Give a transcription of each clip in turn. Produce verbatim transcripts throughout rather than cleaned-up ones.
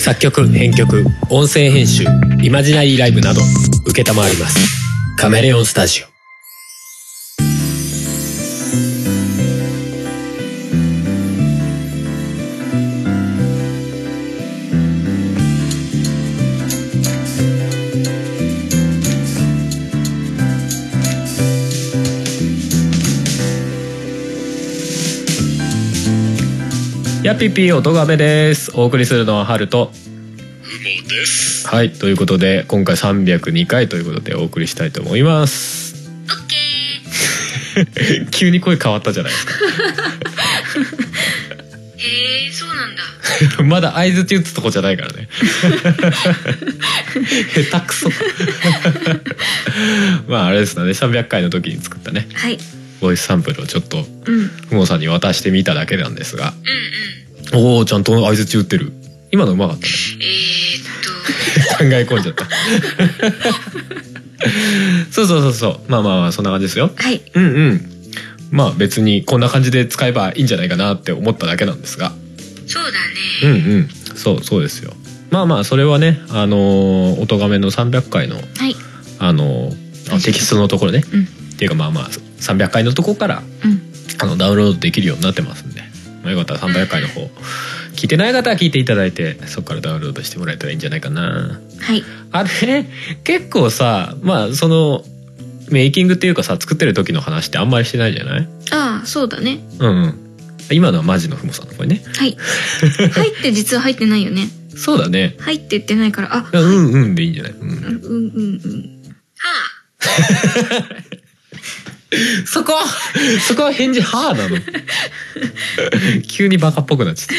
作曲編曲音声編集イマジナリーライブなど承りますカメレオンスタジオ。やっぴぴ音亀です。お送りするのはハルとふもです。 はい、ということで今回さんびゃくにかいということでお送りしたいと思います。 オッケー。 急に声変わったじゃないですか。 へえ、そうなんだ。 まだ相づち打つとこじゃないからね。下手くそ。まああれですね、さんびゃっかいの時に作ったね、 はい、 ボイスサンプルをちょっとふもさんに渡してみただけなんですが、 うんうん、 おお、ちゃんと相づち打ってる。今のうまかったね。 えー、っと考え込んじゃった。そうそうそうそう、まあまあまあそんな感じですよ。 はい。 うんうん。まあ別にこんな感じで使えばいいんじゃないかなって思っただけなんですが。 そうだね。 うんうん。そうそうですよ。まあまあそれはね、あのー、音亀のさんびゃっかいの、はい、あのー、テキストのところね、うん、っていうかまあまあさんびゃっかいのとこから、うん、あのダウンロードできるようになってますんで、まあ、よかったらさんびゃっかいの方、うん、聞いてない方は聞いていただいて、そこからダウンロードしてもらえたらいいんじゃないかな。 はい。 あれ結構さ、まあそのメイキングっていうかさ、作ってる時の話ってあんまりしてないじゃない？ ああ、そうだね。 うんうん。今のはマジのふもさんの声ね。 はい。入って実は入ってないよね。 そうだね。 入って言ってないから、あ、 うんうんでいいんじゃない？うん、うんうんうん。 はあ。 そこそこは返事はーなの。急にバカっぽくなっちゃった。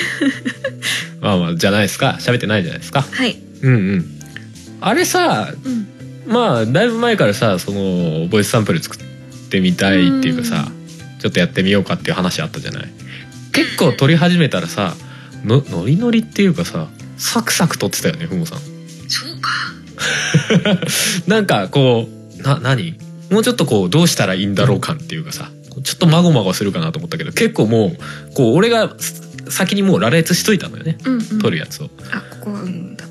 まあまあじゃないですか。喋ってないじゃないですか。 はい。 うんうん。あれさ、うん、まあだいぶ前からさ、そのボイスサンプル作ってみたいっていうかさ、ちょっとやってみようかっていう話あったじゃない。結構撮り始めたらさ、のノリノリっていうかさ、サクサク撮ってたよね、ふもさん。 そうか。 なんかこうな何？もうちょっとこうどうしたらいいんだろう感っていうかさ、ちょっとまごまごするかなと思ったけど、結構もうこう俺が先にもう羅列しといたのよね、うんうん、撮るやつを。 あ、ここはうんだった。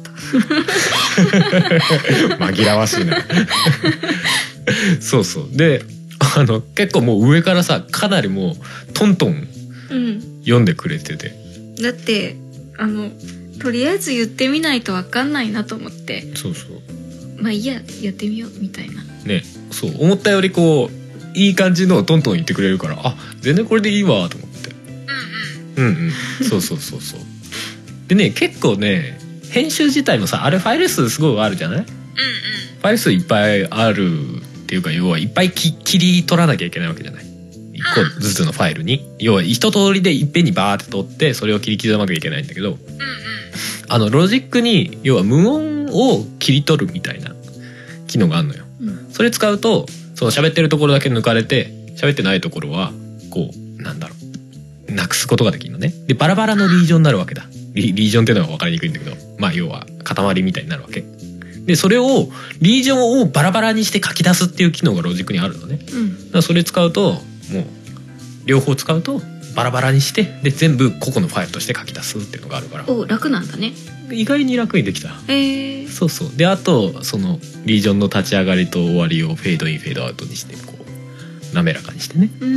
紛らわしいな。そうそう。で、あの結構もう上からさ、かなりもうトントン読んでくれてて、 うん、だってあのとりあえず言ってみないと分かんないなと思って。そうそう。まあいいや、やってみようみたいな。ね、 そう思ったよりこういい感じのトントン言ってくれるから、あ、全然これでいいわと思って。うんうん。うんうん。そうそうそうそう。でね、結構ね、編集自体もさ、あれファイル数すごいあるじゃない？うんうん。ファイル数いっぱいあるっていうか、要はいっぱいき切り取らなきゃいけないわけじゃない。一個ずつのファイルに、要は一通りでいっぺんにバーって取ってそれを切り刻まなきゃいけないんだけど、うんうん、あのロジックに要は無音を切り取るみたいな機能があるのよ。うん、それ使うと、その喋ってるところだけ抜かれて、喋ってないところはこうなんだろう、なくすことができるのね。でバラバラのリージョンになるわけだ。リ, リージョンっていうのは分かりにくいんだけど、まあ要は塊みたいになるわけで、それをリージョンをバラバラにして書き出すっていう機能がロジックにあるのね。うん、だからそれ使うと、もう両方使うとバラバラにして、で全部個々のファイルとして書き出すっていうのがあるから。 お、楽なんだね。 意外に楽にできた。 へえ。 そうそう。であとそのリージョンの立ち上がりと終わりをフェードインフェードアウトにしてこう滑らかにしてね。うん。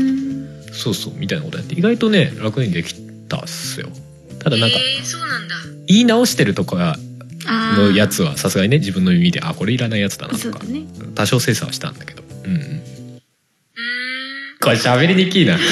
そうそうみたいなことやって意外とね楽にできたっすよ。ただなんか、 えー、そうなんだ。 言い直してるとかのやつはさすがにね、自分の耳であこれいらないやつだなとか、ね、多少精査はしたんだけど。うんうん。これ喋りにくいな。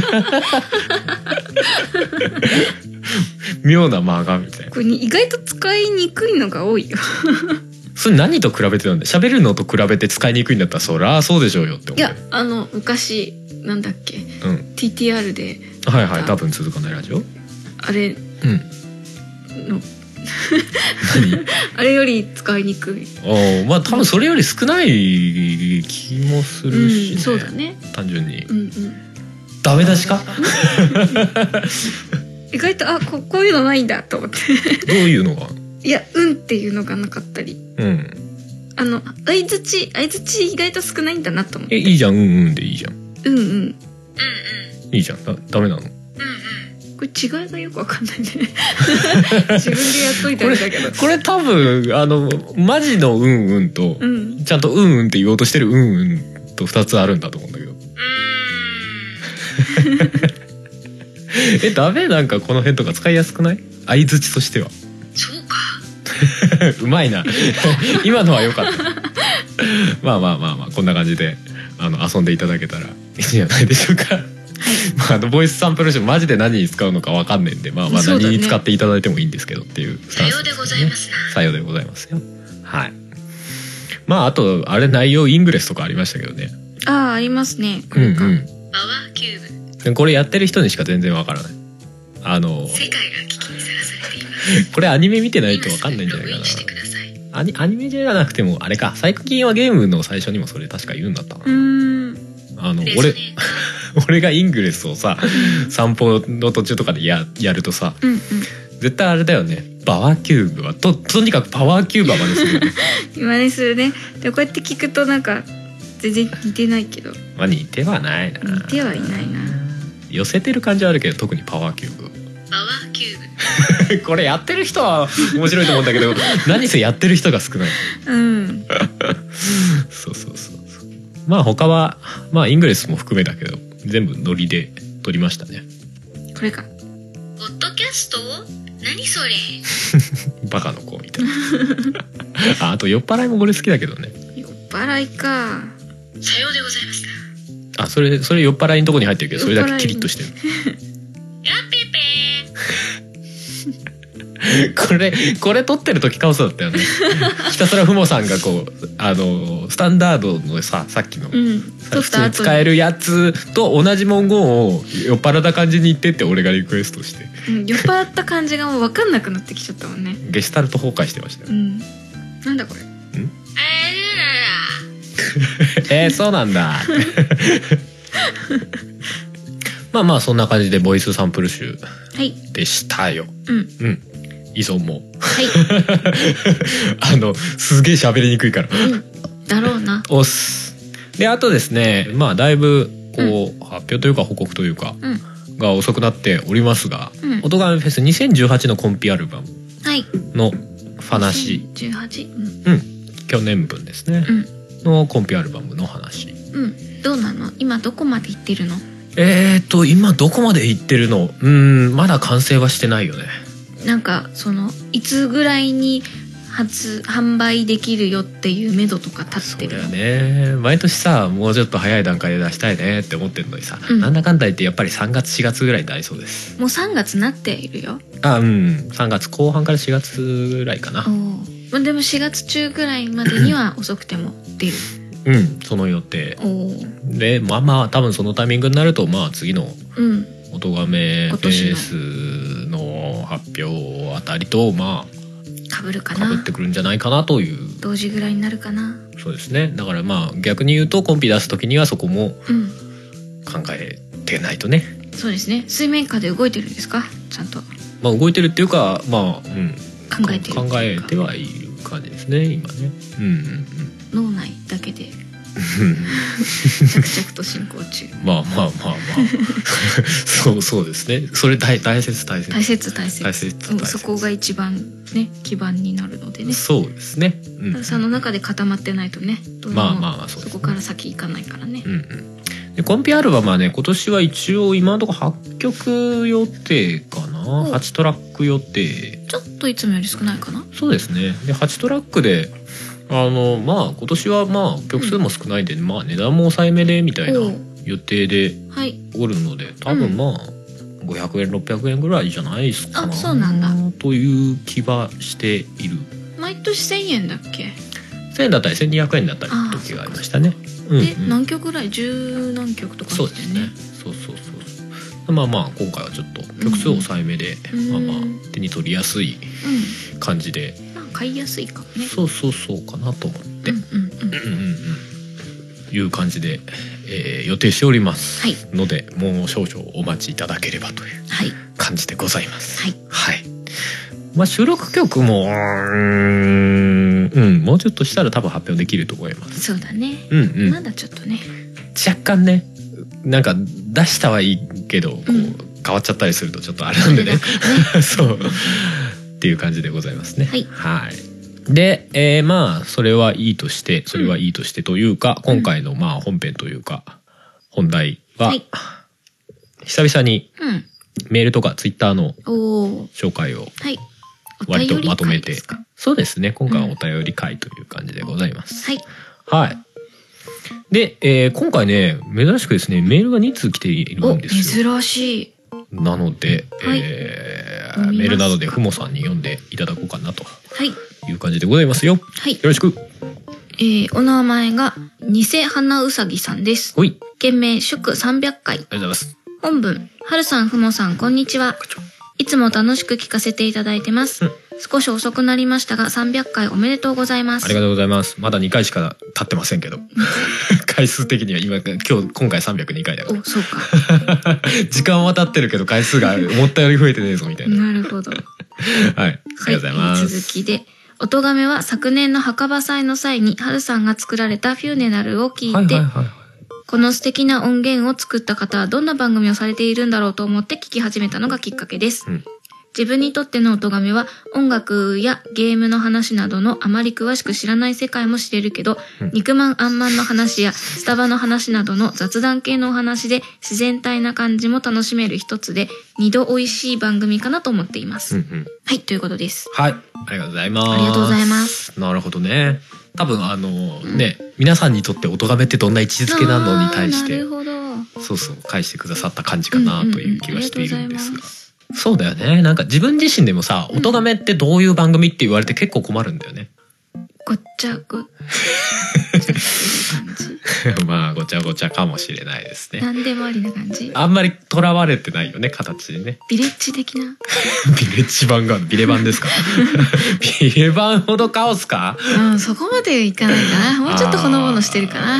妙な間がみたいな。 これ意外と使いにくいのが多いよ。 それ何と比べてなんだ。喋るのと比べて使いにくいんだったらそりゃそうでしょうよって思う。 いや、あの昔なんだっけ、うん、ティーティーアール で、 はいはい、多分続かないラジオあれ、うん、のあれより使いにくい。 あ、まあ多分それより少ない気もするし、ね、 うん、そうだね。 単純に、 うんうん、 ダメ出しか。 意外とあ こ, こういうのないんだと思って。 どういうのが？ いや、うんっていうのがなかったり、うん、あの相づち相づち意外と少ないんだなと思って。え、 いいじゃん、うんうんでいいじゃん。 うんうんうんうん。 いいじゃん。だダメなの？うんうん。 これ違いがよくわかんないね自分でやっといたんだけど、 これ、これ多分あのマジのうんうんと、うん、ちゃんとうんうんって言おうとしてるうんうんとふたつあるんだと思うんだけど。うーんえ、ダメ？なんかこの辺とか使いやすくない？相づちとしては。 そうかうまいな今のは良かったまあまあまあまあこんな感じであの遊んでいただけたらいいんじゃないでしょうかまあ、あのボイスサンプル集マジで何に使うのかわかんないんで、まあまあ何に使っていただいてもいいんですけどっていうスタンスですね。さようでございますな。さようでございますよ。はい。まああとあれ内容イングレスとかありましたけどね。 ああ、ありますね。これか。うんうん、パワーキューブ。 これやってる人にしか全然わからない。あの世界が危機にさらされています。これアニメ見てないとわかんないんじゃないかな。アニ、アニメじゃなくてもあれか、最近はゲームの最初にもそれ確か言うんだったな。うーん、あの俺俺がイングレスをさ散歩の途中とかで や, やるとさ、うんうん、絶対あれだよね、パワーキューブは と, とにかくパワーキューバーまでするよね今でするね。でこうやって聞くとなんか全然似てないけど、 まあ似てはないな。 似てはいないな。 寄せてる感じはあるけど、特にパワーキューブパワーキューブこれやってる人は面白いと思うんだけど何せやってる人が少ないうんそうそうそう。まあ他はまあイングレスも含めだけど全部ノリで撮りましたね。 これか。ポッドキャスト？何それバカの子みたいなあ, あと酔っ払いもこれ好きだけどね。 酔っ払いか。さようでございました。 あ、それそれ酔っ払いのとこに入ってるけど、それだけキリッとしてるやっぺぺこれこれ撮ってる時カオスだったよねひたすらふもさんがこうあのスタンダードのささっきの、うん、普通に使えるやつと同じ文言を酔っ払った感じに言ってって俺がリクエストして、 うん、酔っ払った感じがもう分かんなくなってきちゃったもんねゲシュタルト崩壊してましたよ、うん、 なんだこれ。んえー、そうなんだまあまあそんな感じでボイスサンプル集でしたよ、はい、うん、うん、依存も、はい、あのすげえ喋りにくいから、 うん、だろうな。 おっす。であとですね、まあだいぶこう、うん、発表というか報告というか、うん、が遅くなっておりますが、うん、音亀フェスにせんじゅうはちのコンピアルバムの話、 にせんじゅうはち、うん、 うん、去年分ですね、うん、のコンピアルバムの話、 うん、どうなの？今どこまで行ってるの？ えーと今どこまで行ってるの？うーん、まだ完成はしてないよね。 なんかそのいつぐらいに発販売できるよっていう目処とか立ってるの？ そうだよね。毎年さもうちょっと早い段階で出したいねって思ってるのにさ、うん、なんだかんだ言ってやっぱりさんがつしがつぐらいになりそうです。 もうさんがつなっているよ。 あ、うん、さんがつこう半からしがつぐらいかな。 おでもしがつ中ぐらいまでには遅くても出るうん、その予定で、まあまあ多分そのタイミングになるとまあ次の音亀フェスの発表あたりとまあかぶるかな、 かぶってくるんじゃないかなという。 同時ぐらいになるかな。 そうですね。だからまあ逆に言うとコンピ出す時にはそこも考えてないとね、 うん、そうですね。水面下で動いてるんですか？ちゃんとまあ動いてるっていうかまあ、うん、 考えてる考えてはいる感じですね今ね。うんうんうん。 脳内だけで着々と進行中まあまあまあまあそうそうですね。それ大大切大切大切大切大切大切、 そこが一番ね基盤になるのでね。 そうですね、 うん、その中で固まってないとね、どうもまあまあまあ そ, う、ね、 そこから先行かないからね、うんうん、 でコンピアルバムはね今年は一応今のところはちきょく予定かな。はちトラック予定。 ちょっといつもより少ないかな。 そうですね。ではちトラックであのまあ今年はまあ曲数も少ないんで、うん、まあ値段も抑えめでみたいな予定でおるので、多分まあごひゃくえんろっぴゃくえんぐらいじゃないですかな。 あ、そうなんだという気はしている。 毎年せんえんだっけ？ せんえんだったりせんにひゃくえんだったり時がありましたね。 うんうん、で何曲ぐらい十何曲とかそうですね。そうそうそうそう。まあまあ今回はちょっと曲数抑えめで、うん、まあまあ手に取りやすい感じで、 うん、買いやすいかもね。 そうそうそうかなと思っていう感じで、えー、予定しております、はい、のでもう少々お待ちいただければという感じでございます。はい、はい、まあ収録曲もうーん、うん、もうちょっとしたら多分発表できると思います。 そうだね、 うんうん、 まだちょっとね若干ねなんか出したはいいけどこう、うん、 変わっちゃったりするとちょっとあれなんでね。ねそうっていう感じでございますね。はい。はい、で、えー、まあそれはいいとしてそれはいいとしてというか、うん、今回のまあ本編というか本題は、はい、久々にメールとかツイッターの紹介を割とまとめて、はい、そうですね、今回はお便り会という感じでございます。うん、はい。はい。で、えー、今回ね珍しくですねメールがに通来ているんですよ。 珍しい。 なので、はい、えー、メールなどでふもさんに読んでいただこうかなという感じでございますよ。はい、よろしく。 えー、お名前が偽花うさぎさんです。はい。件名祝さんびゃっかい。ありがとうございます。本文、はるさん、ふもさん、こんにちは。いつも楽しく聞かせていただいてます。うん、少し遅くなりましたがさんびゃっかいおめでとうございます。 ありがとうございます。まだにかいしか経ってませんけど回数的には今今日今回さんびゃくにかいだから。お、そうか時間は経ってるけど回数が思ったより増えてねえぞみたいななるほどはい、ありがとうございます。はい、 続きで、音亀は昨年の墓場祭の際にはるさんが作られたフューネラルを聞いて、はいはいはい、この素敵な音源を作った方はどんな番組をされているんだろうと思って聞き始めたのがきっかけです。うん、自分にとっての音亀は音楽やゲームの話などのあまり詳しく知らない世界も知れるけど、うん、肉まんあんまんの話やスタバの話などの雑談系のお話で自然体な感じも楽しめる一つで二度美味しい番組かなと思っています。うんうん、はい、ということです。 はい、ありがとうございます。 ありがとうございます。 なるほどね。多分あのね、うん、皆さんにとって音亀ってどんな位置づけなのに対して、なるほど、そうそう返してくださった感じかなという気がしているんですが。うんうんうん、そうだよね。なんか自分自身でもさ、音亀ってどういう番組って言われて結構困るんだよね。 ごっちゃごっちゃまあごちゃごちゃかもしれないですね。 何でもありな感じ。 あんまりとらわれてないよね、形にね。 ビレッジ的な。 ビレッジ版がビレ版ですか。ビレ版ほどカオスか。 うん、そこまでいかないかな。もうちょっとほのぼのしてるかな。 うん、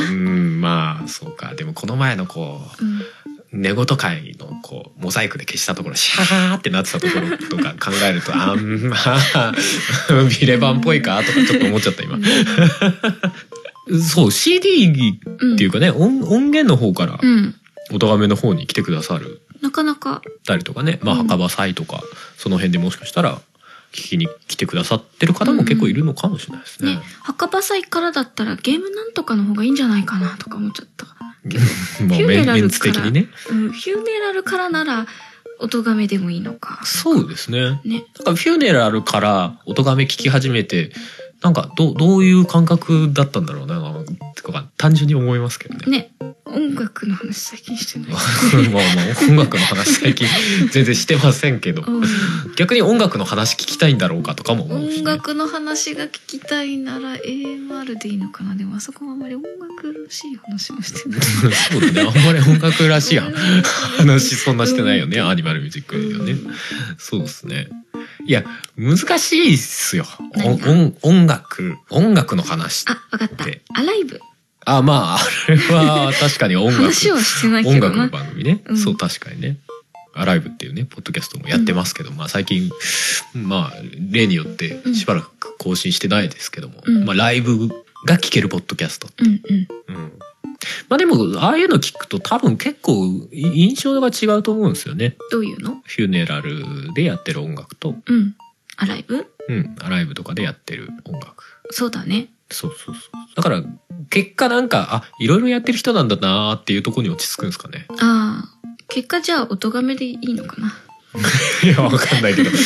まあそうか。でもこの前のこう。うん、寝言会のこうモザイクで消したところシャーってなってたところとか考えるとあんまあビレ版っぽいかとかちょっと思っちゃった今。そう シーディー っていうかね、うん、音, 音源の方から音亀の方に来てくださる、 うん、なかなかたりとかね、まあ墓場祭とかその辺でもしかしたら聞きに来てくださってる方も結構いるのかもしれないですね。うん、ね、墓場祭からだったらゲームなんとかの方がいいんじゃないかなとか思っちゃった。 フューネラルから、ね、 うん、フューネラルからなら音亀でもいいのか。 そうですね。ね、だからフューネラルから音亀聞き始めて、なんかどどういう感覚だったんだろうなとか単純に思いますけどね。 ね、音楽の話最近してない。まあまあ音楽の話最近全然してませんけど、うん、逆に音楽の話聞きたいんだろうかとかも思うし、ね、 音楽の話が聞きたいなら エーエムアール でいいのかな。でもあそこはあんまり音楽らしい話もしてない。 そうだね、あんまり音楽らしい話そんなしてないよね、アニマルミュージックではね。そうですね。いや難しいっすよ。音, 音楽音楽の話って。 あ、わかった。アライブ。 あ、まああれは確かに音楽話をしてないけど音楽の番組ね、うん、そう確かにね。アライブっていうねポッドキャストもやってますけど、うん、まあ最近まあ例によってしばらく更新してないですけども、うん、まあライブが聴けるポッドキャストって、うんうんうん、まあでもああいうの聞くと多分結構印象が違うと思うんですよね。 どういうの？ フューネラルでやってる音楽と、 うん、アライブ？ うん、アライブとかでやってる音楽。 そうだね。 そうそうそう。だから結果なんかあいろいろやってる人なんだなーっていうところに落ち着くんですかね。 ああ、結果じゃあ音亀でいいのかな。 いやわかんないけど。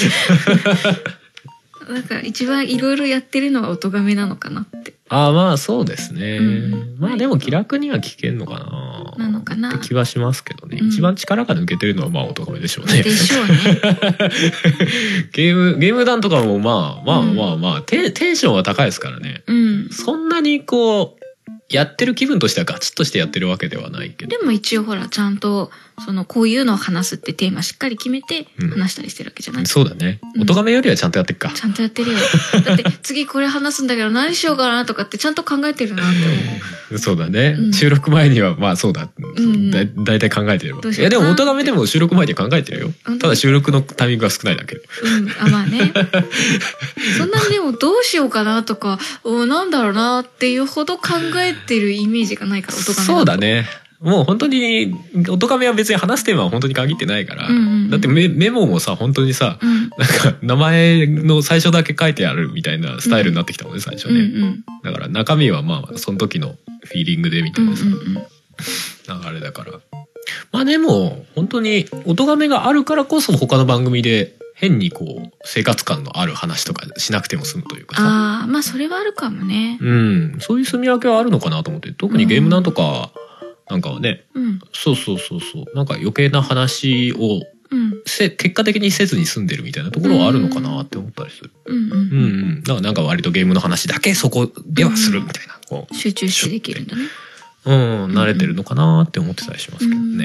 なんか一番いろいろやってるのは音亀なのかなって。 ああまあそうですね。うん、まあでも気楽には聞けるのかな。 なのかな。 って気はしますけどね。うん、一番力が抜けてるのはまあ音亀でしょうね。 でしょうね。 ゲームゲーム団とかもまあまあまあまあ、うん、テ, テンションは高いですからね。うん、そんなにこうやってる気分としてはガチッとしてやってるわけではないけど。 でも一応ほらちゃんとそのこういうのを話すってテーマしっかり決めて話したりしてるわけじゃない、 うん、そうだね。音亀よりはちゃんとやってっか。 ちゃんとやってるよ。だって次これ話すんだけど何しようかなとかってちゃんと考えてるなって思う。 そうだね、うん、収録前にはまあそうだ、うん、だ, だいたい考えてるわ。いやでも音亀でも収録前に考えてるよ。ただ収録のタイミングが少ないだけで。 うん、あまあね。そんなにでもどうしようかなとかおなんだろうなっていうほど考えてるイメージがないから音亀だと。 そうだね。 もう本当におとがめは別に話すテーマは本当に限ってないから、 うんうんうん、 だって メ, メモもさ本当にさ、うん、なんか名前の最初だけ書いてあるみたいなスタイルになってきたもんね、最初ね、うんうん、だから中身はまあその時のフィーリングでみたいなさ、うんうんうん、流れだから、まあでも本当におとがめがあるからこそ他の番組で変にこう生活感のある話とかしなくても済むというかさ、 ああまあそれはあるかもね、 うん、そういう住み分けはあるのかなと思って、特にゲームなんとかなんかはね、うん、そうそうそうそうなんか余計な話を、うん、せ結果的にせずに済んでるみたいなところはあるのかなって思ったりする。うんうんうん。だからなんか割とゲームの話だけそこではするみたいな、こう集中してできるんだね。 うん、慣れてるのかなって思ってたりしますけどね。うんうんうん。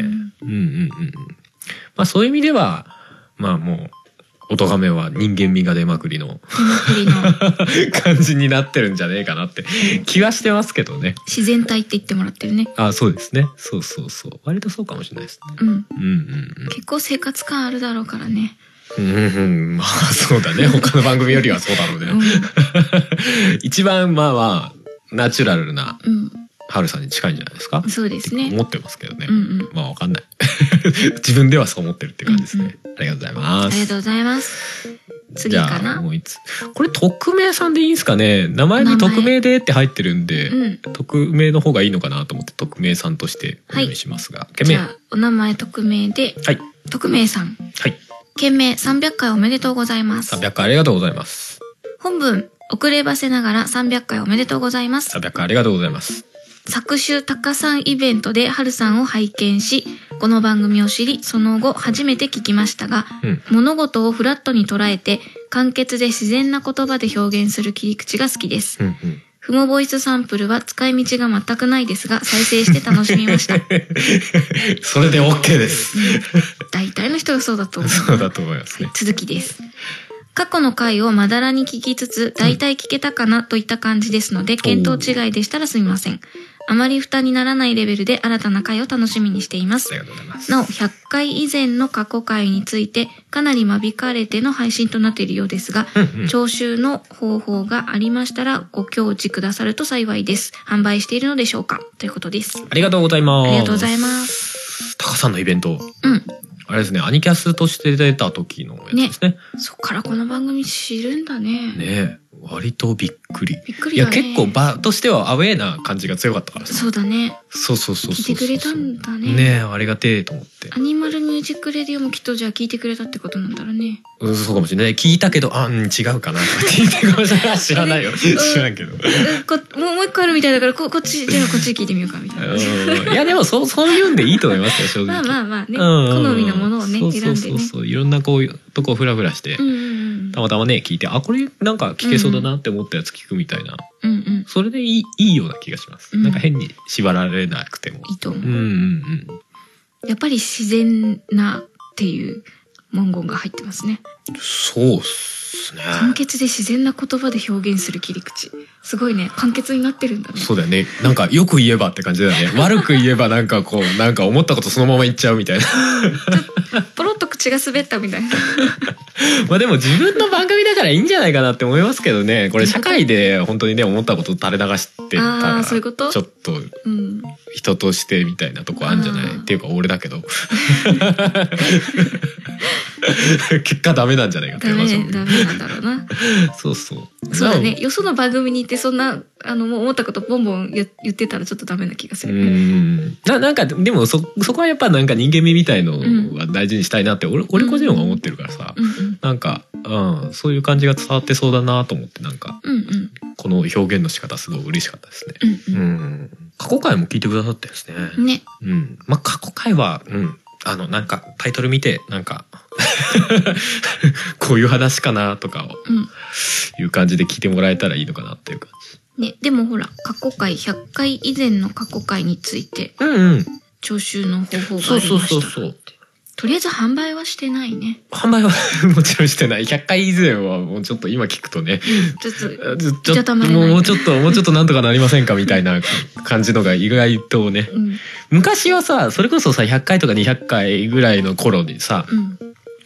まあそういう意味ではまあもうおとがめは人間味が出まくりの感じになってるんじゃねえかなって気はしてますけどね。 自然体って言ってもらってるね。 あ、そうですね。そうそうそう。割とそうかもしれないですね。うん。うんうんうん。 結構生活感あるだろうからね。 うんうん、まあそうだね。他の番組よりはそうだろうね。うん、一番まあまあナチュラルな。うんはるさんに近いんじゃないですか。そうですね。思ってますけどね。うんうん、まあわかんない。自分ではそう思ってるって感じですね。うんうん、ありがとうございます。 ありがとうございます。次かな。 もういつ。これ匿名さんでいいんですかね。名前に匿名でって入ってるんで、うん、匿名の方がいいのかなと思って匿名さんとしてお願いしますが。 はい、じゃあお名前匿名で。はい。匿名さん。はい。件名さんびゃっかいおめでとうございます。 さんびゃっかいありがとうございます。 本文遅ればせながらさんびゃっかいおめでとうございます。 さんびゃっかいありがとうございます。 昨週タカさんイベントでハルさんを拝見し、この番組を知り、その後初めて聞きましたが、うん、物事をフラットに捉えて簡潔で自然な言葉で表現する切り口が好きです。うんうん、フモボイスサンプルは使い道が全くないですが、再生して楽しみました。 それで OK です。うん、 大体の人がそうだと思う。 そうだと思いますね。 続きです。過去の回をまだらに聞きつつ、大体聞けたかなといった感じですので、見当違いでしたらすみません。あまり負担にならないレベルで新たな回を楽しみにしています。 ありがとうございます。 なお、ひゃっかい以前の過去回について、かなり間引かれての配信となっているようですが、うんうん、徴収の方法がありましたら、ご教示くださると幸いです。販売しているのでしょうかということです。 ありがとうございます。 ありがとうございます。 タカさんのイベント。うん。あれですね、アニキャスとして出た時のやつですね。ね、 そっからこの番組知るんだね。 ねえ、割とびっくり。 びっくりだね。 いや、結構場としてはアウェーな感じが強かったからさ。 そうだね。 そうそうそうそう。 聞いてくれたんだね。 ねえ、ありがてえと思って。 アニマルミュージックレディオもきっとじゃあ聞いてくれたってことなんだろうね。 うん、そうかもしれない。聞いたけど、あ、うん、違うかな。聞いてかもしれない。知らないよ。知らんけど。 こもうもう一個あるみたいだから、ここっち、じゃあこっち聞いてみようかみたいな。 いや、でもそう、そういうんでいいと思いますよ、正直。 まあまあまあね。好みのものをね、選んでね。 そうそうそう。いろんなこういうとこフラフラして、うんうん、たまたまね、聞いて、あ、これなんか聞けそうだなって思ったやつ聞くみたいな。うんうん、それでいい、いいような気がします。うん、なんか変に縛られなくても。 いいと思う。うんうんうん、やっぱり自然なっていう文言が入ってますね。 そうっすね。 簡潔で自然な言葉で表現する切り口。すごいね。簡潔になってるんだね。 そうだよね。なんかよく言えばって感じだよね。悪く言えばなんかこう、なんか思ったことそのまま言っちゃうみたいな。 ポロッと口が滑ったみたいな。 まあでも自分の番組だからいいんじゃないかなって思いますけどね。これ社会で本当にね、思ったこと垂れ流してたら、 そういうこと？ ちょっと人としてみたいなとこあるんじゃない？っていうか俺だけど。結果ダメなんじゃないかってダメ、ダメなんだろうな。 そうそう。 そうだね。よその番組に行ってそんなあのもう思ったことボンボン言ってたらちょっとダメな気がする。うん。 ななんかでもそそこはやっぱなんか人間味みたいのは大事にしたいなって俺、うん、俺個人は思ってるからさ、うんうん、なんか、うん、そういう感じが伝わってそうだなと思ってなんか、うんうん、この表現の仕方すごい嬉しかったですね。うんうんうん、過去回も聞いてくださってですね。ね。うん。まあ過去回はうん。あのなんかタイトル見てなんかこういう話かなとかを、うん、いう感じで聞いてもらえたらいいのかなっていう感じ。ね、でもほら過去回ひゃっかい以前の過去回について、うんうん、徴収の方法がありました。そうそうそうそう。とりあえず販売はしてないね。 販売はもちろんしてない。ひゃっかい以前はもうちょっと今聞くとね、 ちょっとちょっともうちょっともうちょっとなんとかなりませんかみたいな感じのが意外とね、うん、昔はさそれこそさひゃっかいとかにひゃっかいぐらいの頃にさ、うん、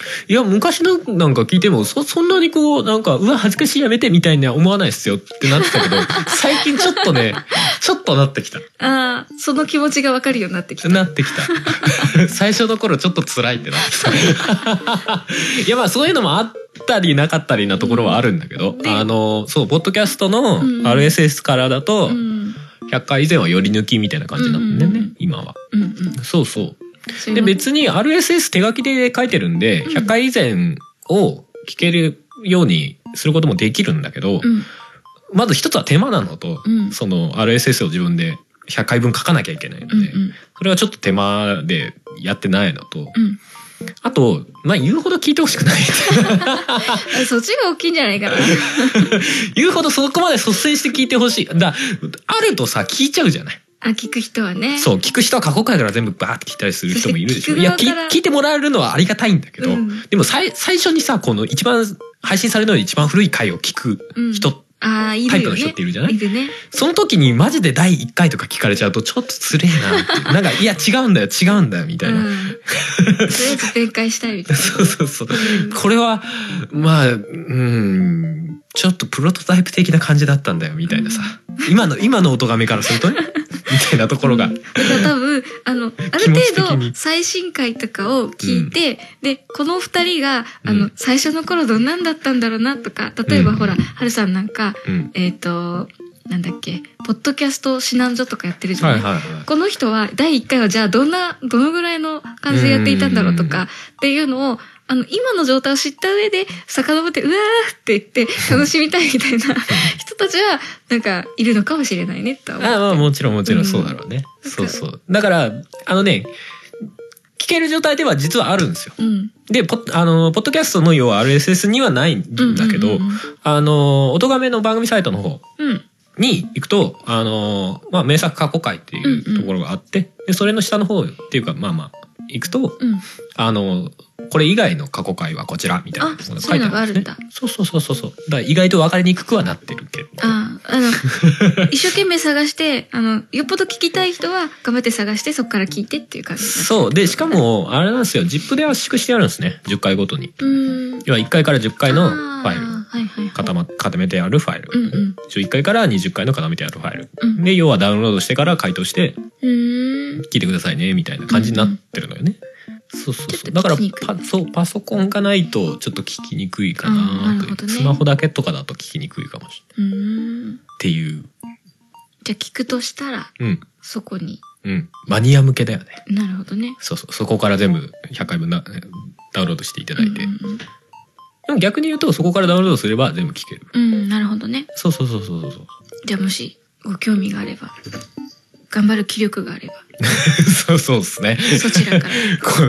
いや昔のなんか聞いても そ, そんなにこうなんかうわ恥ずかしいやめてみたいには思わないっすよってなってたけど最近ちょっとねちょっとなってきた。 ああその気持ちが分かるようになってきた。 なってきた最初の頃ちょっと辛いってなってきたいやまあそういうのもあったりなかったりなところはあるんだけど、うん、あのそうポッドキャストの アールエスエス からだと、うん、ひゃっかい以前は寄り抜きみたいな感じなんでね、うん、今は、うんうん、そうそうで別に アールエスエス 手書きで書いてるんで、うん、ひゃっかい以前を聞けるようにすることもできるんだけど、うん、まず一つは手間なのと、うん、その アールエスエス を自分でひゃっかいぶん書かなきゃいけないので、うんうん、それはちょっと手間でやってないのと、うん、あとまあ言うほど聞いてほしくないそっちが大きいんじゃないかな言うほどそこまで率先して聞いてほしいだあるとさ聞いちゃうじゃない。 あ聞く人はね。 そう聞く人は過去回から全部バーって聞いたりする人もいるでしょ。いや聞いてもらえるのはありがたいんだけど、うん、でも最最初にさこの一番配信されるのに一番古い回を聞く人、うん、あいるよね、タイプの人っているじゃない。 いるね。 その時にマジでだいいっかいとか聞かれちゃうとちょっとつれえなってなんかいや違うんだよ違うんだよみたいな、うん、 とりあえず弁解したいみたいなそうそうそう、うん、これはまあうんちょっとプロトタイプ的な感じだったんだよみたいなさ、うん、今の今の音がめからするとねみたいなところが、うん、だから多分あのある程度最新回とかを聞いて、うん、でこの二人があの、うん、最初の頃どんなんだったんだろうなとか例えば、うん、ほらはるさんなんか、うん、えっ、ー、となんだっけポッドキャスト指南所とかやってるじゃない、はいはいはい、この人はだいいっかいはじゃあどんなどのぐらいの感じでやっていたんだろうとかっていうのをあの今の状態を知った上で遡ってうわーって言って楽しみたいみたいな人たちはなんかいるのかもしれないねと思って。ああまあもちろんもちろんそうだろうね、うん、そうそうだからあのね聞ける状態では実はあるんですよ、うん、でポあのポッドキャストの要は アールエスエス にはないんだけど、うんうんうんうん、あの音亀の番組サイトの方に行くと、あのまあ名作過去回っていうところがあって、うんうん、でそれの下の方っていうかまあまあ行くと、うん、あのこれ以外の過去回はこちらみたいなのが書いてあるんですね。そうそうそうそうそう。だから意外と分かりにくくはなってるけど。 ああの一生懸命探してあのよっぽど聞きたい人は頑張って探してそこから聞いてっていう感じ。 そうでしかもあれなんですよ。ジップで圧縮してあるんですね。じゅっかいごとに。うん。要はいっかいからじゅっかいのファイル。はいはいはい、固ま固めてあるファイル、うんうん、じゅういっかいからにじゅっかいの固めてあるファイル、うん、で要はダウンロードしてから回答して聞いてくださいねみたいな感じになってるのよね、うんうん、そうそうそうだからパそうパソコンがないとちょっと聞きにくいかなという、ね、スマホだけとかだと聞きにくいかもしれない、うん、っていうじゃあ聞くとしたら、うん、そこにうんマニア向けだよね。 なるほどね。 そうそうそこから全部ひゃっかいぶんダウンロードしていただいて、うんうんうんでも逆に言うとそこからダウンロードすれば全部聞ける。 うん、なるほどね。 そうそうそうそうそう。 じゃあもしご興味があれば、頑張る気力があれば。 そうそうですね。 そちらから。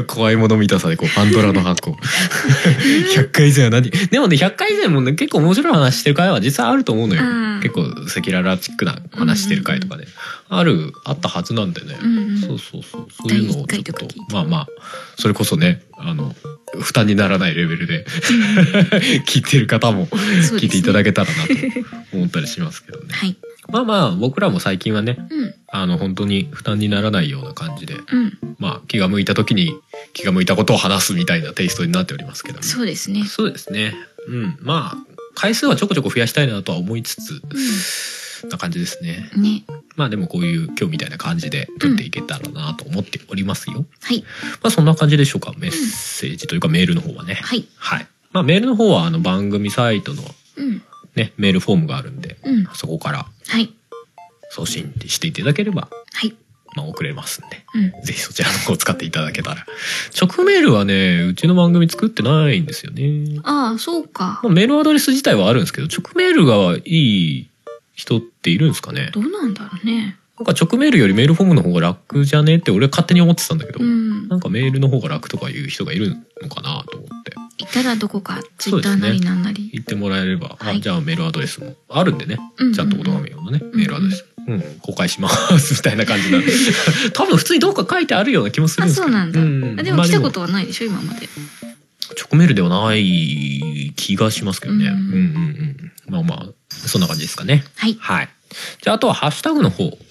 怖いもの見たさでこうパンドラの箱。ひゃっかい以前は何？でもねひゃっかい以前もね結構面白い話してる回は実はあると思うのよ。結構赤裸々チックな話してる回とかで、うんうんうん、あるあったはずなんでね。うんうん、そうそうそうそういうのをちょっとまあまあそれこそねあの。負担にならないレベルで聞いてる方も聞いていただけたらなと思ったりしますけどね。はい、まあまあ僕らも最近はね、うん、あの本当に負担にならないような感じで、うん、まあ気が向いた時に気が向いたことを話すみたいなテイストになっておりますけども、ね。 そうですね。 そうですね。うん、まあ回数はちょこちょこ増やしたいなとは思いつつ。うんな感じですね。ね。まあでもこういう今日みたいな感じで撮っていけたらなと思っておりますよ。うん、はい。まあそんな感じでしょうか。メッセージというかメールの方はね。はい。はい。まあメールの方はあの番組サイトのね、うん、メールフォームがあるんで、うん、そこから送信していただければ、はい。まあ送れますんで、うん、ぜひそちらの方を使っていただけたら。直メールはね、うちの番組作ってないんですよね。 ああ、そうか。 まあ、メールアドレス自体はあるんですけど、直メールがいい人っているんですかね。 どうなんだろうね。 なんか直メールよりメールフォームの方が楽じゃねって俺は勝手に思ってたんだけど、うん、なんかメールの方が楽とかいう人がいるのかなと思って。 いたらどこかツイッターなりなんなり、ね、 言ってもらえれば、はい、あじゃあメールアドレスもあるんでね、うんうんうん、ちゃんとおとがめ用のねメールアドレス、うんうん、公開しますみたいな感じな多分普通にどっか書いてあるような気もするんですけど。あそうなんだ、うん、 でも来たことはないでしょ、まあ、今まで。 直メールではない気がしますけどね。うんうんうん。まあまあそんな感じですかね。はい。はい。じゃああとはハッシュタグの方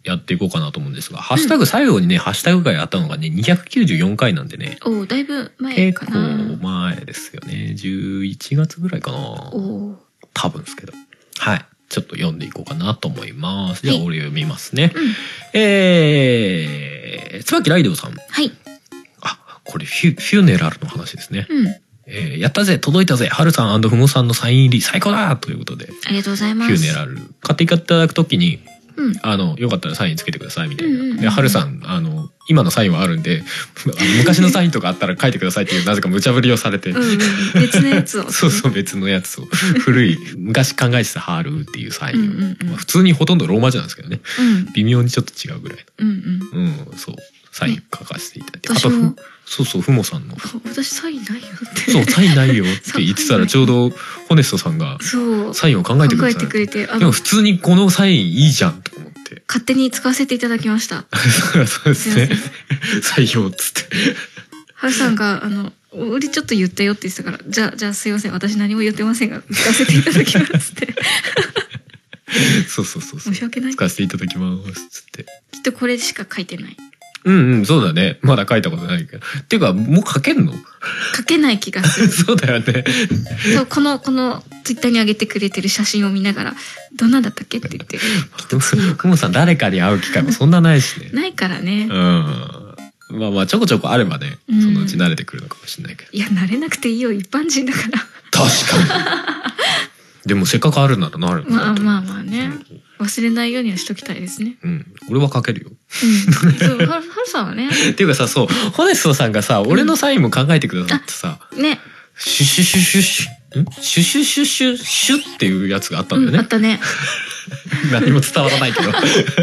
やっていこうかなと思うんですが、ハッシュタグ最後にね、ハッシュタグ会あったのがね、にひゃくきゅうじゅうよんかいなんでね。 おー、だいぶ前かな。 結構前ですよね。じゅういちがつぐらいかな。 おー。 多分ですけど。はい。ちょっと読んでいこうかなと思います。じゃあ、俺読みますね。 うん、 えー、椿ライドウさん。 はい。 あ、これフュ、フューネラルの話ですね。 うん。 えー、やったぜ届いたぜはるさん&ふもさんのサイン入り最高だということで。 ありがとうございます。 フューネラル。買っていただくときに、 うん、 あの、よかったらサインつけてくださいみたいな。 うんうんうん、 で、はるさん、あの、今のサインはあるんで、昔のサインとかあったら書いてくださいっていう、なぜか無茶ぶりをされて。 うんうん、別のやつを。 そうそう、別のやつを。古い、昔考えてたハールっていうサインを。 うんうんうん、 まあ、普通にほとんどローマ字なんですけどね。 うん、 微妙にちょっと違うぐらい。 うんうん。 うん、そう。サイン書かせていただいて。 ね、あと、 そうそう、ふもさんの。 私サインないよって。 そう、サインないよって言ってたら、ちょうど、ホネストさんが、サインを考えてくれて。 考えてくれて。 でも普通にこのサインいいじゃんと思って。 勝手に使わせていただきました。 そうですね。採用っつって。 はるさんが、あの、俺ちょっと言ったよって言ってたから、じゃあ、じゃあすいません、私何も言ってませんが、使わせていただきますって。 そうそうそうそう。 申し訳ない。 使わせていただきますつって。 きっとこれしか書いてない。 うんうん、そうだね。まだ書いたことないけど。っていうか、もう書けんの？ 書けない気がする。 そうだよね。 そう、この、この、ツイッターに上げてくれてる写真を見ながら、どんなんだったっけって言って。 ふもさん誰かに会う機会もそんなないしね。 ないからね。 うん。まあまあ、ちょこちょこあればね、そのうち慣れてくるのかもしれないけど。 いや、慣れなくていいよ、一般人だから。 確かに。でもせっかくあるならなる。 まあまあまあね。忘れないようにはしときたいですね。 うん。俺は書けるよ。 うん。そう、はる、はるさんはね。 っていうかさ、そう、ホネストさんがさ、俺のサインも考えてくださってさ。 ね。 シュシュシュシュシュ、んシュシュシュシュシュっていうやつがあったんだよね。 あったね。 何も伝わらないけど。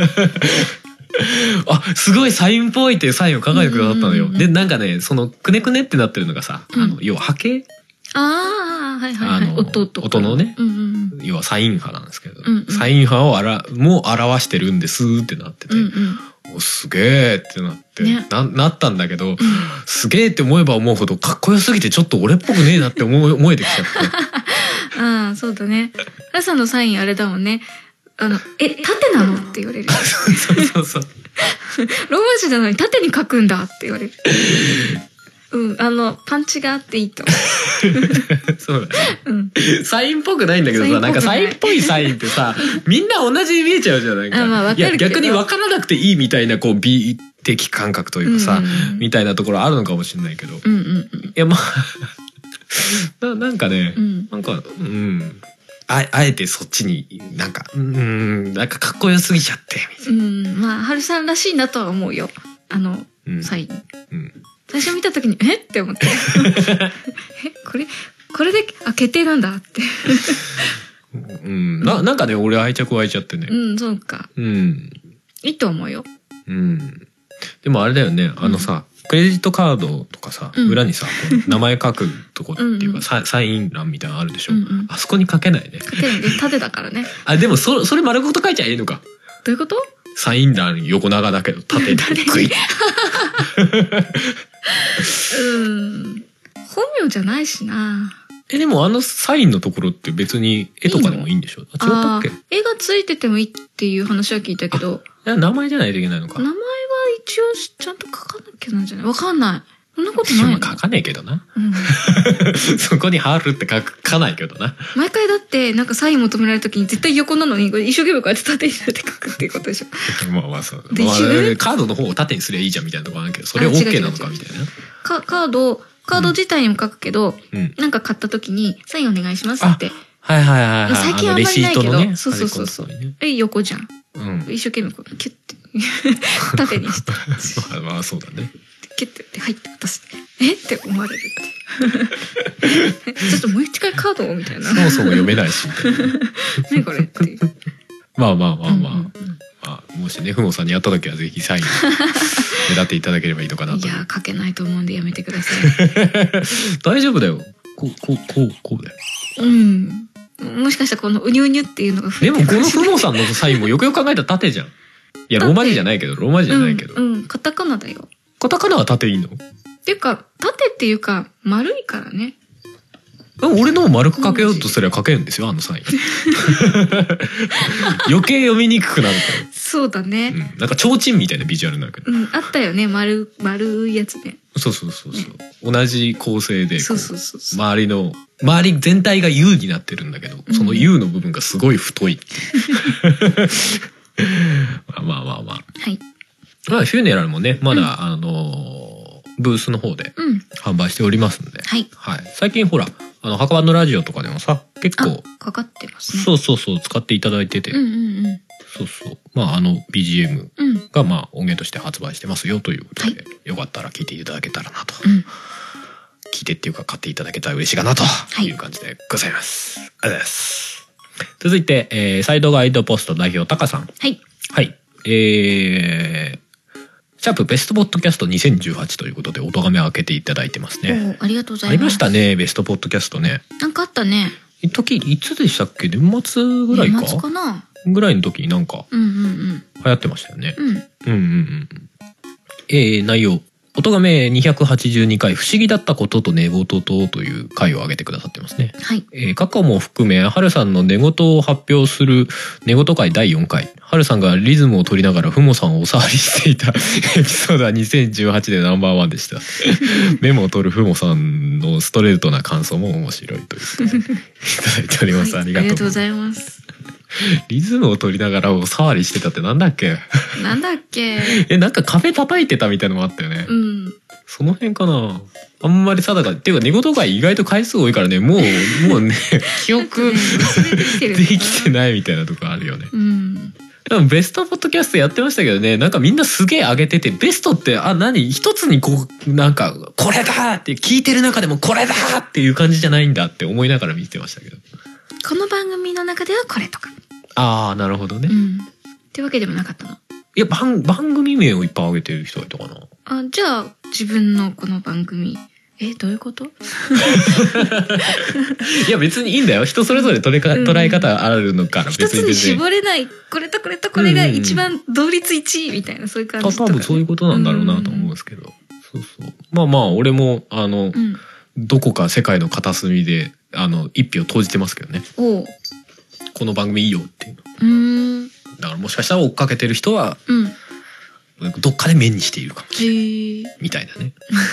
あ、すごいサインっぽいっていうサインを考えてくださったのよ。で、なんかね、そのくねくねってなってるのがさ、あの、要は波形？ ああ、はいはいはい。音と音のね、 うんうん、 要はサイン波なんですけど、 うんうん、 サイン波をあらも表してるんですってなってて、うんうん、おすげーってなって、ね、な, なったんだけど、うん、すげーって思えば思うほどかっこよすぎてちょっと俺っぽくねえなって思思えてきちゃって。 ああ、そうだね。ラさんのサインあれだもんね。あの、え、縦なのって言われる。 そうそうそう。 ローマ字なのに縦に書くんだって言われる。うん、あの、パンチがあっていいと。 そうだね。うん。サインっぽくないんだけどさ、なんかサインっぽいサインってさ、みんな同じに見えちゃうじゃないか。 あ、まあわかるけど。 いや、逆に分からなくていいみたいな、こう、美的感覚というかさ、うんうん、みたいなところあるのかもしれないけど。 うんうんうん。いや、まあ、な, なんかね、 うん、 なんか、うん。あ, あえてそっちになんか、うん、なんかかっこよすぎちゃって。 うん、まあ、はるさんらしいなとは思うよ。あの、うん、サイン。うん最初見た時にえって思ってえこれこれであ決定なんだってうん、な, なんかね俺愛着湧いちゃってねうんそうかうんいいと思うようんでもあれだよねあのさ、うん、クレジットカードとかさ、うん、裏にさ名前書くとこっていうかうん、サイン欄みたいなのあるでしょ、うんうん、あそこに書けないね書けないで縦だからねあでもそそれ丸ごと書いちゃいいのかどういうことサイン欄横長だけど縦にグイッうん本名じゃないしなえでもあのサインのところって別に絵とかでもいいんでしょあ違ったっけ絵がついててもいいっていう話は聞いたけどいや名前じゃないといけないのか名前は一応ちゃんと書かなきゃなんじゃないわかんないそんなことないの書かねえけどな、うん、そこにハールって書かないけどな毎回だってなんかサイン求められるときに絶対横なのに一生懸命こうやって縦になって書くっていうことでしょまあまあそう、まあ、カードの方を縦にすりゃいいじゃんみたいなとこあるけどそれ OK なのかみたいなかカードカード自体にも書くけど、うん、なんか買ったときにサインお願いしますってはいはいはいはい最近あんまりないけど、 ね、 そうそうそうそう、ね、え横じゃん、うん、一生懸命こうキュッて縦にしてまあまあそうだねキュッて入って渡すえって思われるってちょっともう一回カードをみたいなそもそも読めないし何これっていうまあまあまあまあ、うんうんうんまあ、もしねふもさんにやった時はぜひサイン目立っていただければいいのかなといや書けないと思うんでやめてください大丈夫だよこうこうこうこうだようんもしかしたらこのうにゅうにゅっていうのがでもこのふもさんのサインもよくよく考えたら縦じゃんいやローマ字じゃないけどローマ字じゃないけど、 うん、うん、カタカナだよカタカナは縦いいのっていうか縦っていうか丸いからね俺のを丸く書けようとすれば書けるんですよあのサイン余計読みにくくなるからそうだね、 うん、なんか提灯みたいなビジュアルになるけど、 うん、あったよね、丸丸いやつね。 そうそうそうそう、ね、同じ構成でそうそうそうそう、 周りの周り全体が U になってるんだけど、うん、その U の部分がすごい太いっていうまあまあまあまあ、 はい、 まあフューネラルもねまだ、うん、あのブースの方で販売しておりますので、うん、はい、はい、最近ほらあの墓場のラジオとかでもさ結構かかってますね。 そうそうそう使っていただいてて、うんうんうん、そうそうまああの ビージーエム がまあ音源として発売してますよということで、はい、よかったら聞いていただけたらなと、うん、聞いてっていうか買っていただけたら嬉しいかなという感じでございます、はい、ありがとうございます。続いて、えー、サイドガイドポスト代表タカさん、はいはい、えーシャープベストポッドキャストにせんじゅうはちということでお咎めを開けていただいてますね。 ありがとうございます。 ありましたねベストポッドキャストね。 なんかあったね。 時いつでしたっけ、年末ぐらいか。 年末かなぐらいの時になんか流行ってましたよね。うんうんうんうん。えー、内容。お咎めにひゃくはちじゅうにかい不思議だったことと寝言とという回を挙げてくださってますね。はい。えー、過去も含めはるさんの寝言を発表する寝言会だいよんかい。はるさんがリズムを取りながらふもさんをお触りしていたエピソードはにせんじゅうはちでナンバーワンでした。メモを取るふもさんのストレートな感想も面白いということでいただいております。はい、ありがとうございます。リズムを取りながらお触りしてたってなんだっけなんだっけえ、なんか壁叩いてたみたいなのもあったよね。うん。その辺かな。あんまり定かっていうか寝言会意外と回数多いからね、もうもうね記憶できてないみたいなとこあるよね。うん。でもベストポッドキャストやってましたけどね、なんかみんなすげえ上げてて、ベストってあ何一つにこうなんかこれだって聞いてる中でもこれだっていう感じじゃないんだって思いながら見てましたけど。 この番組の中ではこれとか。 ああなるほどね。 うん。ってわけでもなかったの。いや番番組名をいっぱい上げてる人がいたかな。 あ、じゃあ自分のこの番組。え、どういうこといや別にいいんだよ、人それぞれ捉えか、うん、捉え方あるのから別に一つに絞れない、これとこれとこれが一番同率いちいみたいな、そういう感じとか、ね、 多分そういうことなんだろうなと思うんですけど、うん、そうそうまあまあ俺もあの、うん、どこか世界の片隅であの一票投じてますけどね。おこの番組いいよっていうの。うーんだからもしかしたら追っかけてる人は、うんどっかで目にしているかもしれないみたいなね。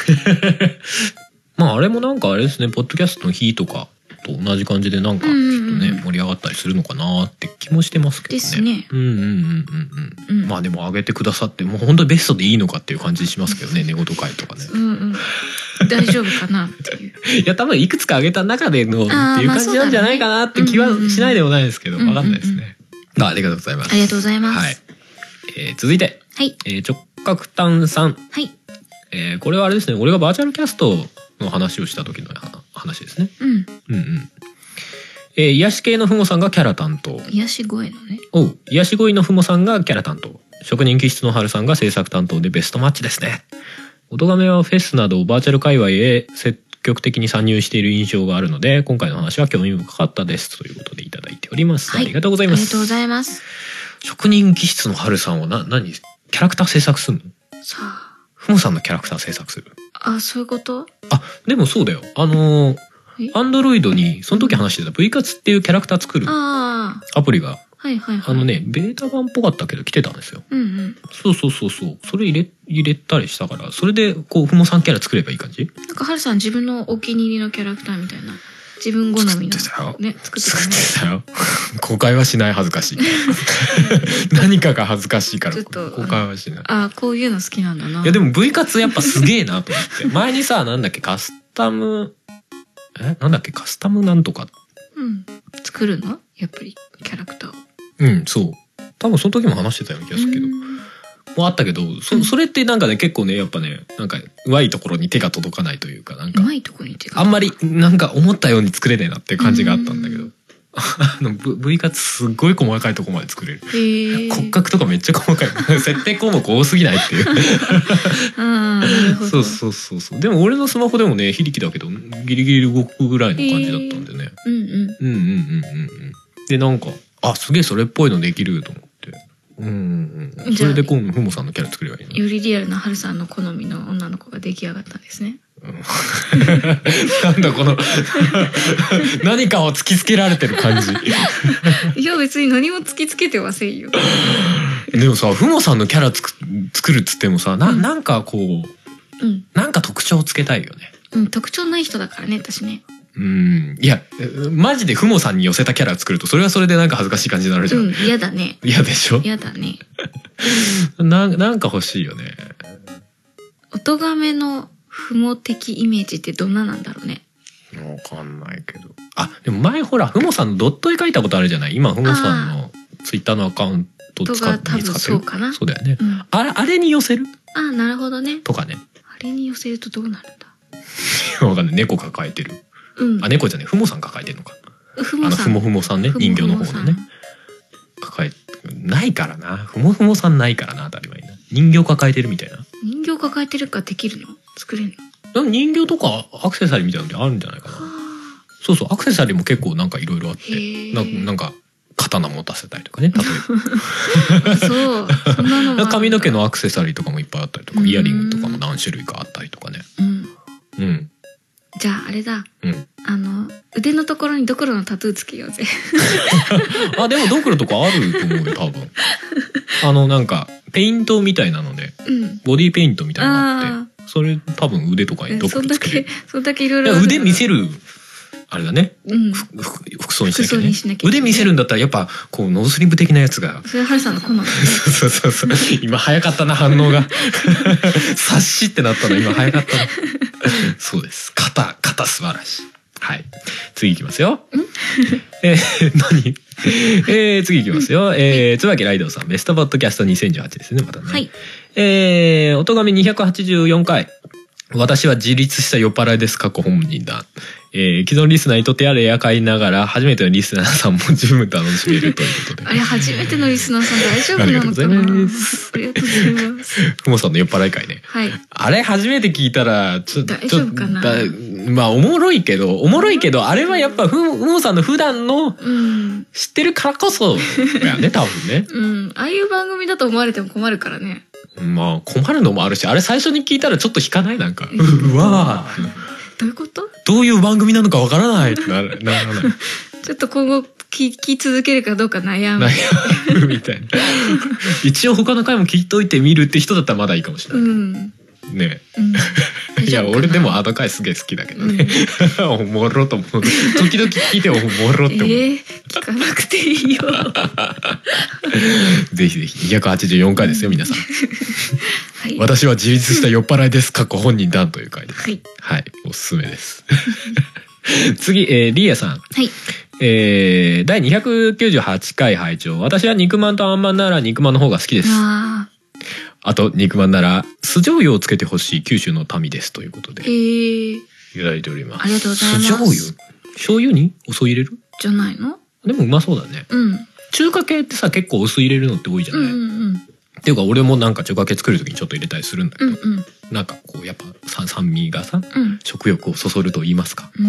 まああれもなんかあれですね、ポッドキャストの日とかと同じ感じでなんかちょっとね盛り上がったりするのかなって気もしてますけどね。ですね。うんうんうんうんうん。うん、まあでも上げてくださってもう本当にベストでいいのかっていう感じしますけどね、寝言会とかね。うんうん。 大丈夫かなっていう。 いや多分いくつか上げた中でのっていう感じなんじゃないかなって気はしないでもないですけど、わかんないですね。ありがとうございます。 ありがとうございます。 はい。えー、続いて。はい、えー、直角炭さん、はい、えー、これはあれですね、俺がバーチャルキャストの話をした時の話ですね。うん、うんうんえー、癒し系のふもさんがキャラ担当。 癒し声のね。 おう、癒し声のふもさんがキャラ担当。職人気質のはるさんが制作担当でベストマッチですね。おとがめはフェスなどバーチャル界隈へ積極的に参入している印象があるので、今回の話は興味深かったですということでいただいております。はい、ありがとうございます。 ありがとうございます。 職人気質のはるさんはな何キャラクター制作するの？さあ。ふもさんのキャラクター制作する。 あ、そういうこと？ あ、でもそうだよ。あのー、アンドロイドにその時話してた ブイ 活っていうキャラクター作るアプリが、はいはいはい、あのねベータ版っぽかったけど来てたんですよ。うんうん。そうそうそうそう。それ入れ入れたりしたから、それでこうふもさんキャラ作ればいい感じ？ なんかはるさん自分のお気に入りのキャラクターみたいな。自分好みのね作ってたよ。公開はしない、恥ずかしい。何かが恥ずかしいから公開はしない。 あ、こういうの好きなんだな。 いやでも ブイ 活やっぱすげえなと思って。前にさなんだっけカスタムえなんだっけカスタムなんとか。 うん。作るの？やっぱりキャラクターを。 うんそう。多分その時も話してたような気がするけど。もあったけど、そそれってなんかね結構ねやっぱねなんかうまいところに手が届かないというかなんかうまいところに手があんまりなんか思ったように作れねえなっていう感じがあったんだけど、あの V 活すっごい細かいところまで作れる。骨格とかめっちゃ細かい。設定項目多すぎないっていう。そうそうそうそう。でも俺のスマホでもね非力だけどギリギリ動くぐらいの感じだったんでね。うんうんうんうんうんうん。でなんかあすげえそれっぽいのできると思って。うんうん、それで今度ふもさんのキャラ作ればいいの。 よりリアルなはるさんの好みの女の子が出来上がったんですね。 なんだこの何かを突きつけられてる感じ。 いや別に何も突きつけてませんよ。 でもさ、ふもさんのキャラつく作るっつってもさ、な、うん、なんかこう、うん、なんか特徴をつけたいよね。 うん、特徴ない人だからね、私ね。 うん、いやマジでふもさんに寄せたキャラ作るとそれはそれでなんか恥ずかしい感じになるじゃん。うん、 嫌だね。 嫌でしょ。 嫌だね。 な、なんか欲しいよね。 おとがめのふも的イメージってどんななんだろうね。 わかんないけど。あ、でも前ほらふもさんのドット絵描いたことあるじゃない。今ふもさんのツイッターのアカウント使って多分そうかな。そうだよね。うん、あれあれに寄せる？ あ、なるほどね。 とかね。 あれに寄せるとどうなるんだ。 わかんない。猫抱えてる。うん、あ、猫じゃね、ふもさん抱えてるのか。 ふもさん。 あのふもふもさんね、人形の方のね。抱えないからな。ふもふもさんないからな、当たり前な。人形抱えてるみたいな。 人形抱えてるかできるの？作れるの？人形とかアクセサリーみたいなのってあるんじゃないかな。そうそう、アクセサリーも結構なんかいろいろあって、な、なんか刀持たせたりとかね、例えば。そう、そんなのも髪の毛のアクセサリーとかもいっぱいあったりとか、イヤリングとかも何種類かあったりとかね。うん。うん。 じゃああれだ、うん、あの腕のところにドクロのタトゥーつけようぜ。 あ、でもドクロとかあると思うよ多分。あのなんかペイントみたいなので、うん、ボディーペイントみたいなのがあって、それ多分腕とかにドクロつける。 そんだけいろいろ腕見せるあれだね、うん、服装にしなきゃね。しなきゃ腕見せるんだったらやっぱこうノースリーブ的なやつが。 それハルさんの好み。 そうそうそう。今早かったな反応が。察しってなったの今早かったな。そうです。肩肩素晴らしい。はい。次いきますよ。えー、何？えー、次いきますよ。えー、椿ライドウさんベストポッドキャストにせんじゅうはちですねまたね。はい。えー、おとがめにひゃくはちじゅうよんかい。私は自立した酔っ払いです。過去本人だ。えー、既存リスナーにとってやれやかいながら初めてのリスナーさんも十分楽しめるということで。 あれ初めてのリスナーさん大丈夫なのかな。ありがとうございます。ありがとうございます。 ふもさんの酔っ払い会ね。はい。あれ初めて聞いたらちょっと大丈夫かな。 まあおもろいけどおもろいけどあれはやっぱふもさんの普段の知ってるからこそやね多分ね。 うん。ああいう番組だと思われても困るからね。 まあ困るのもあるしあれ最初に聞いたらちょっと引かないなんかうわーどういうこと？ どういう番組なのかわからないってなるならない。 ちょっと今後聞き続けるかどうか悩む悩むみたいな。一応他の回も聞いといてみるって人だったらまだいいかもしれない。うんねえ、うん、いや俺でもあの回すげえ好きだけどね、うん、おもろと思う時々聞いておもろって思う、えー、 聞かなくていいよ。 ぜひぜひにひゃくはちじゅうよんかいですよ皆さん。はい、私は自立した酔っ払いです過去本人だという回です。はい、はい、おすすめです。次、えー、リーヤさん、はい、えー、だいにひゃくきゅうじゅうはちかい拝聴。私は肉まんとあんまんなら肉まんの方が好きです。ああと肉まんなら酢醤油をつけてほしい九州の民ですということで、えー、いただいております。 ありがとうございます。 酢醤油醤油にお酢入れるじゃないの？ でもうまそうだね。うん。中華系ってさ結構お酢入れるのって多いじゃない。うんうんうん、っていうか俺もなんか中華系作る時にちょっと入れたりするんだけど、うんうん、なんかこうやっぱ酸酸味がさ、うん、食欲をそそると言いますか、うん、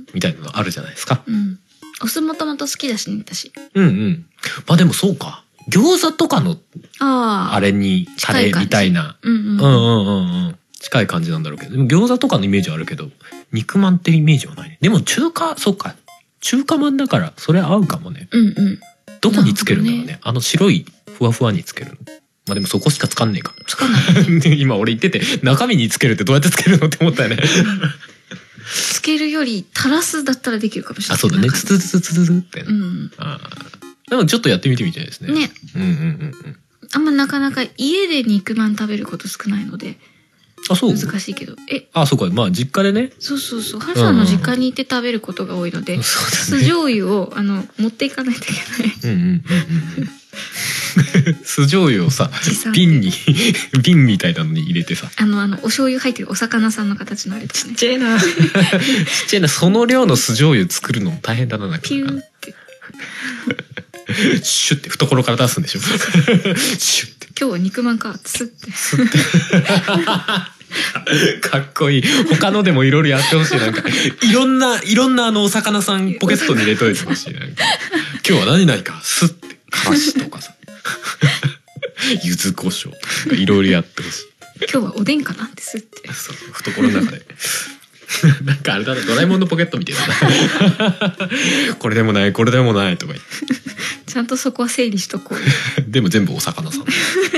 みたいなのあるじゃないですか。うん、 お酢もともと好きだしね私。 うんうん。まあでもそうか。餃子とかのあれにタレみたいな、うんうんうんうん近い感じなんだろうけど、でも餃子とかのイメージはあるけど肉まんってイメージはないね。でも中華そうか中華まんだからそれ合うかもね。うんうん。どこにつけるんだろうね。ねあの白いふわふわにつけるの。まあでもそこしかつかんねえか。 つかない、ね。 今俺言ってて中身につけるってどうやってつけるのって思ったよね。 つけるより垂らすだったらできるかもしれない。 あそうだね。つつつつつつって、ね。うん。あでもちょっとやってみてみたいですね。ね。うんうんうんうん。 あんまなかなか家で肉まん食べること少ないので。あそう。難しいけど。え。 あそうか。まあ実家でね。 そうそうそう。ハルさんの実家に行って食べることが多いので、うんうん、酢醤油をあの持っていかないといけない。うんうんうんうん。 酢醤油をさ瓶に瓶みたいなのに入れてさ。 あのあのお醤油入ってるお魚さんの形のあれですね。 ちっちゃいな。ちっちゃいな。その量の酢醤油作るのも大変だな。なんか。 ピューって。 シュッて懐から出すんでしょ。シュッて。 今日は肉まんかつって。 かっこいい。他のでもいろいろやってほしい。なんかいろんないろんなあのお魚さんポケットに入れといてほしい。なんか今日は何々かスッてからしとかさ、柚子胡椒とかいろいろやってほしい。 今日はおでんかなってすって。 そう懐の中でなんかあれだね、ドラえもんのポケットみたいなこれでもないこれでもないとか言ってちゃんとそこは整理しとこうよでも全部お魚さん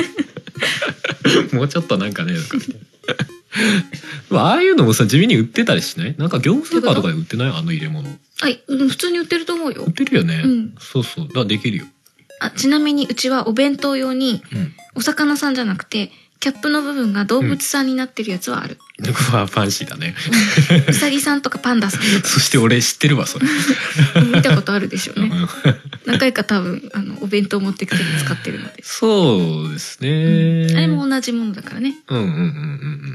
もうちょっとなんかねとか言ってああいうのもさ地味に売ってたりしない？なんか業務スーパーとかで売ってない？あの入れ物。 はい、うん、普通に売ってると思うよ。 売ってるよね、 うん、 そうそう、だからできるよ。 あ、ちなみにうちはお弁当用に、うん、お魚さんじゃなくてキャップの部分が動物さんになってるやつはある。 うん、僕はファンシーだね。 うさぎさんとかパンダさん。 そして俺知ってるわそれ。 見たことあるでしょうね。何回か多分あのお弁当持ってきて使ってるので。 そうですね、 うん。あれも同じものだからね。 うんうんうんうんうん。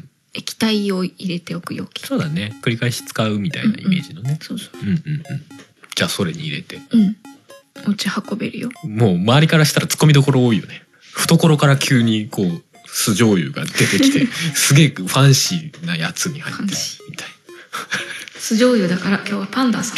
液体を入れておく容器。 そうだね。繰り返し使うみたいなイメージのね。うんうん、 そうそう。 うんうんうん。じゃあそれに入れて。 うん。お家運べるよ。 もう周りからしたら突っ込みどころ多いよね。懐から急にこう酢醤油が出てきてすげえファンシーなやつに入ってるみたい。 酢醤油だから今日はパンダさん。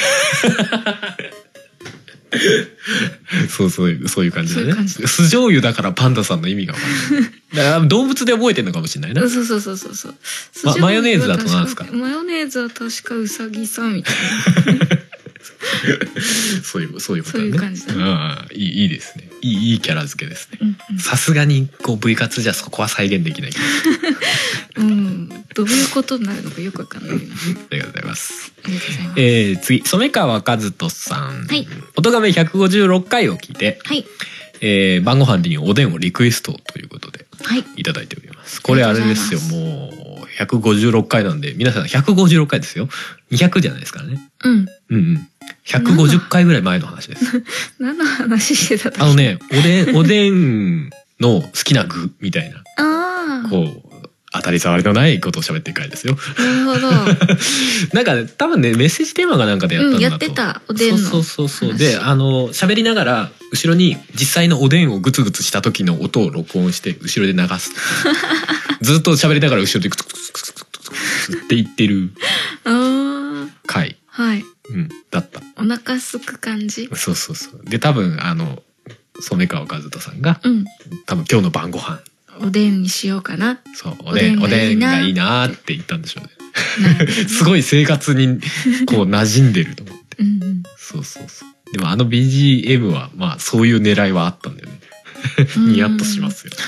そうそういうそういう感じだね。酢醤油だからパンダさんの意味が分からない。だから動物で覚えてるのかもしれないな。 そうそうそうそうそう。 ま、マヨネーズだとなんですか？ マヨネーズは確かウサギさんみたいな。 そういうそういうことだね。 そういう感じだね。 ああ、いいいいですね。いいいいキャラ付けですね。さすがにこう ブイ 活じゃそこは再現できない。 うん、どういうことになるのかよくわかんない。ありがとうございます。 ありがとうございます。 えー、次染川和人さん。 はい。 音亀ひゃくごじゅうろっかいを聞いて、 はい。 えー、晩ご飯におでんをリクエストということで、 はい。 いただいております。これあれですよ、もうひゃくごじゅうろっかいなんで皆さんひゃくごじゅうろっかいですよ。にひゃくじゃないですからね。 うん。うんうん。ひゃくごじゅっかいぐらい前の話です。 何の話してたの？ あのね、おでん、おでんの好きな具みたいな。 ああ。 こう、当たり障りのないことを喋ってる回ですよ。 なるほど。 なんか、ね、多分ね、メッセージテーマがなんかでやったんだと。うん、 やってた、おでんの。 そうそうそうそう。で、あの、喋りながら、後ろに実際のおでんをグツグツした時の音を録音して、後ろで流す。ずっと喋りながら後ろでグツグツグツグツグツグツって言ってる回。 はい。 うん、だった。 お腹すく感じ。 そうそうそう。で、多分あの染川和人さんが、 うん、 多分今日の晩ご飯おでんにしようかな。 そう、おでんおでんがいいなって言ったんでしょうね。すごい生活にこう馴染んでると思って。うん、うん、そうそうそう。でもあの ビージーエム はまあそういう狙いはあったんだよね。ニヤッとしますよ。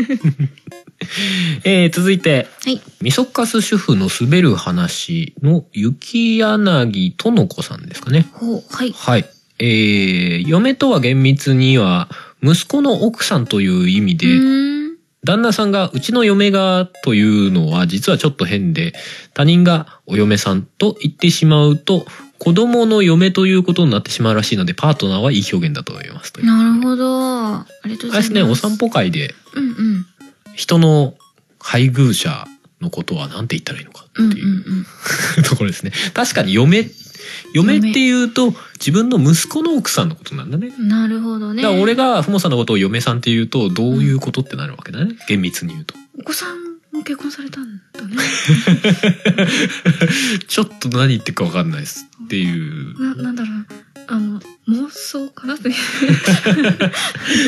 えー、続いて、 はい、 みそかす主婦の滑る話の雪柳との子さんですかね。 ほう、はい。 はい。えー、嫁とは厳密には息子の奥さんという意味で、旦那さんがうちの嫁がというのは実はちょっと変で、他人がお嫁さんと言ってしまうと子供の嫁ということになってしまうらしいので、パートナーはいい表現だと思いますという。 なるほど。ありがとうございます。 ね、お散歩会で、 うんうん、 人の配偶者のことはなんて言ったらいいのかっていう、うんうんうん、ところですね。確かに嫁嫁っていうと自分の息子の奥さんのことなんだね。 なるほどね。 だから俺がふもさんのことを嫁さんって言うとどういうことってなるわけだね、うん、厳密に言うと。 お子さんも結婚されたんだね。 ちょっと何言ってるか分かんないですっていう。 な、なんだろう、あの妄想かなという。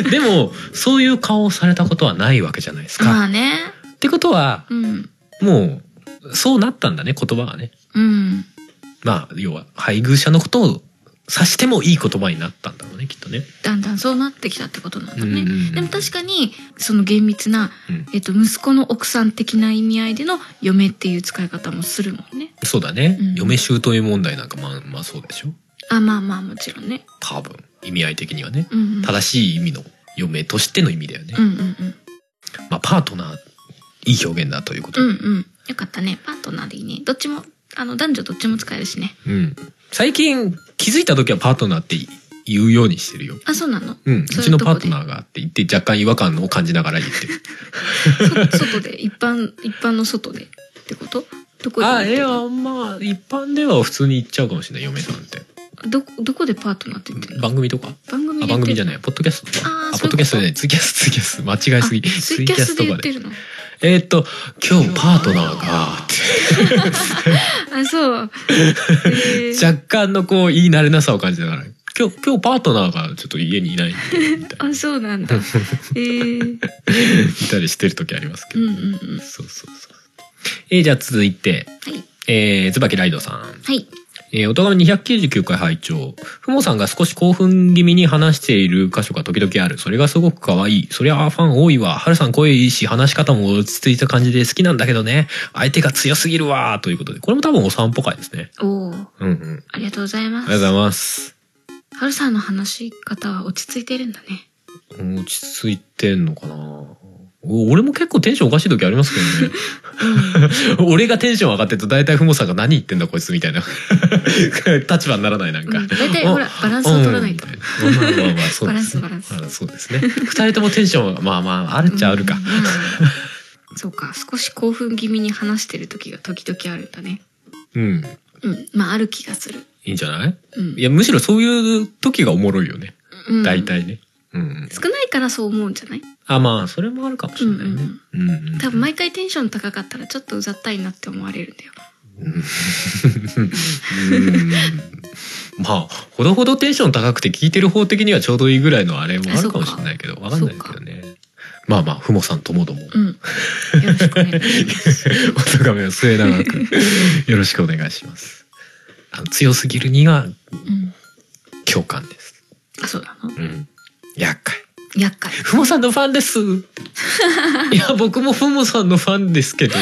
でもそういう顔をされたことはないわけじゃないですか。 まあね。 ってことは、 うん、 もうそうなったんだね、言葉がね。 うん。 まあ要は配偶者のことを指してもいい言葉になったんだろうね、きっとね。 だんだんそうなってきたってことなんだね。でも確かにその厳密な、うん、えっと息子の奥さん的な意味合いでの嫁っていう使い方もするもんね。 そうだね。うん、嫁姑問題なんかまあまあそうでしょ。 あ、まあまあもちろんね。 多分意味合い的にはね、 うんうん、 正しい意味の嫁としての意味だよね。 うんうんうん、 まあパートナーいい表現だということ。 うんうん。よかったね。パートナーでいいね。どっちもあの男女どっちも使えるしね。 うん。最近気づいた時はパートナーって言うようにしてるよ。 あ、そうなの？ うん。うちのパートナーがって言って若干違和感を感じながら言ってる。 外で一般一般の外でってこと？どこで？ あ、いやまあ一般では普通に言っちゃうかもしれない、嫁さんって。 どどこでパートナーって言ってるの？ 番組とか？ 番組であ、番組じゃない、ポッドキャストとか。あ、ポッドキャストでツイキャスツイキャス間違いすぎ。 ツイキャスで言ってるの？ えー、っと今日パートナーがあ、そう、 えー、若干のこう言い慣れなさを感じながら今日今日パートナーがちょっと家にいないんでみたいな。 あ、そうなんだ。えー、 いたりしてる時ありますけど、 うんうんうん、 そうそうそう。えー、じゃあ続いて、 はい、 えー、椿ライドさん。 はい。 えー、おとがめにひゃくきゅうじゅうきゅうかい拝聴。ふもさんが少し興奮気味に話している箇所が時々ある。それがすごく可愛い。そりゃあファン多いわ。はるさん声いいし、話し方も落ち着いた感じで好きなんだけどね。相手が強すぎるわ。ということで。これも多分お散歩会ですね。 おー。 うんうん。 ありがとうございます。 ありがとうございます。 はるさんの話し方は落ち着いてるんだね。 落ち着いてんのかな。俺も結構テンションおかしい時ありますけどね。俺がテンション上がってると大体ふもさんが何言ってんだこいつみたいな立場にならないなんか。 大体ほらバランスを取らないと。 まあまあまあそうです。 バランスバランス。 そうですね。二人ともテンションまあまああるっちゃあるか。 そうか、少し興奮気味に話してる時が時々あるんだね。 うん。 うん、まあある気がする。 いいんじゃない？うん、いやむしろそういう時がおもろいよね。うん、大体ね。うん、 少ないからそう思うんじゃない？ あ、まあそれもあるかもしれないね。 うんうんうん、多分毎回テンション高かったらちょっとうざったいなって思われるんだよ。 うんまあほどほどテンション高くて聞いてる方的にはちょうどいいぐらいのあれもあるかもしれないけどわかんないけどね。まあまあふもさんともども、うん、よろしくお願いします。 お咎めを末永くよろしくお願いします。あの強すぎるには、うん、共感です。 あ、そうなの？うん。 厄介。 厄介。 ふもさんのファンです。いや僕もふもさんのファンですけど。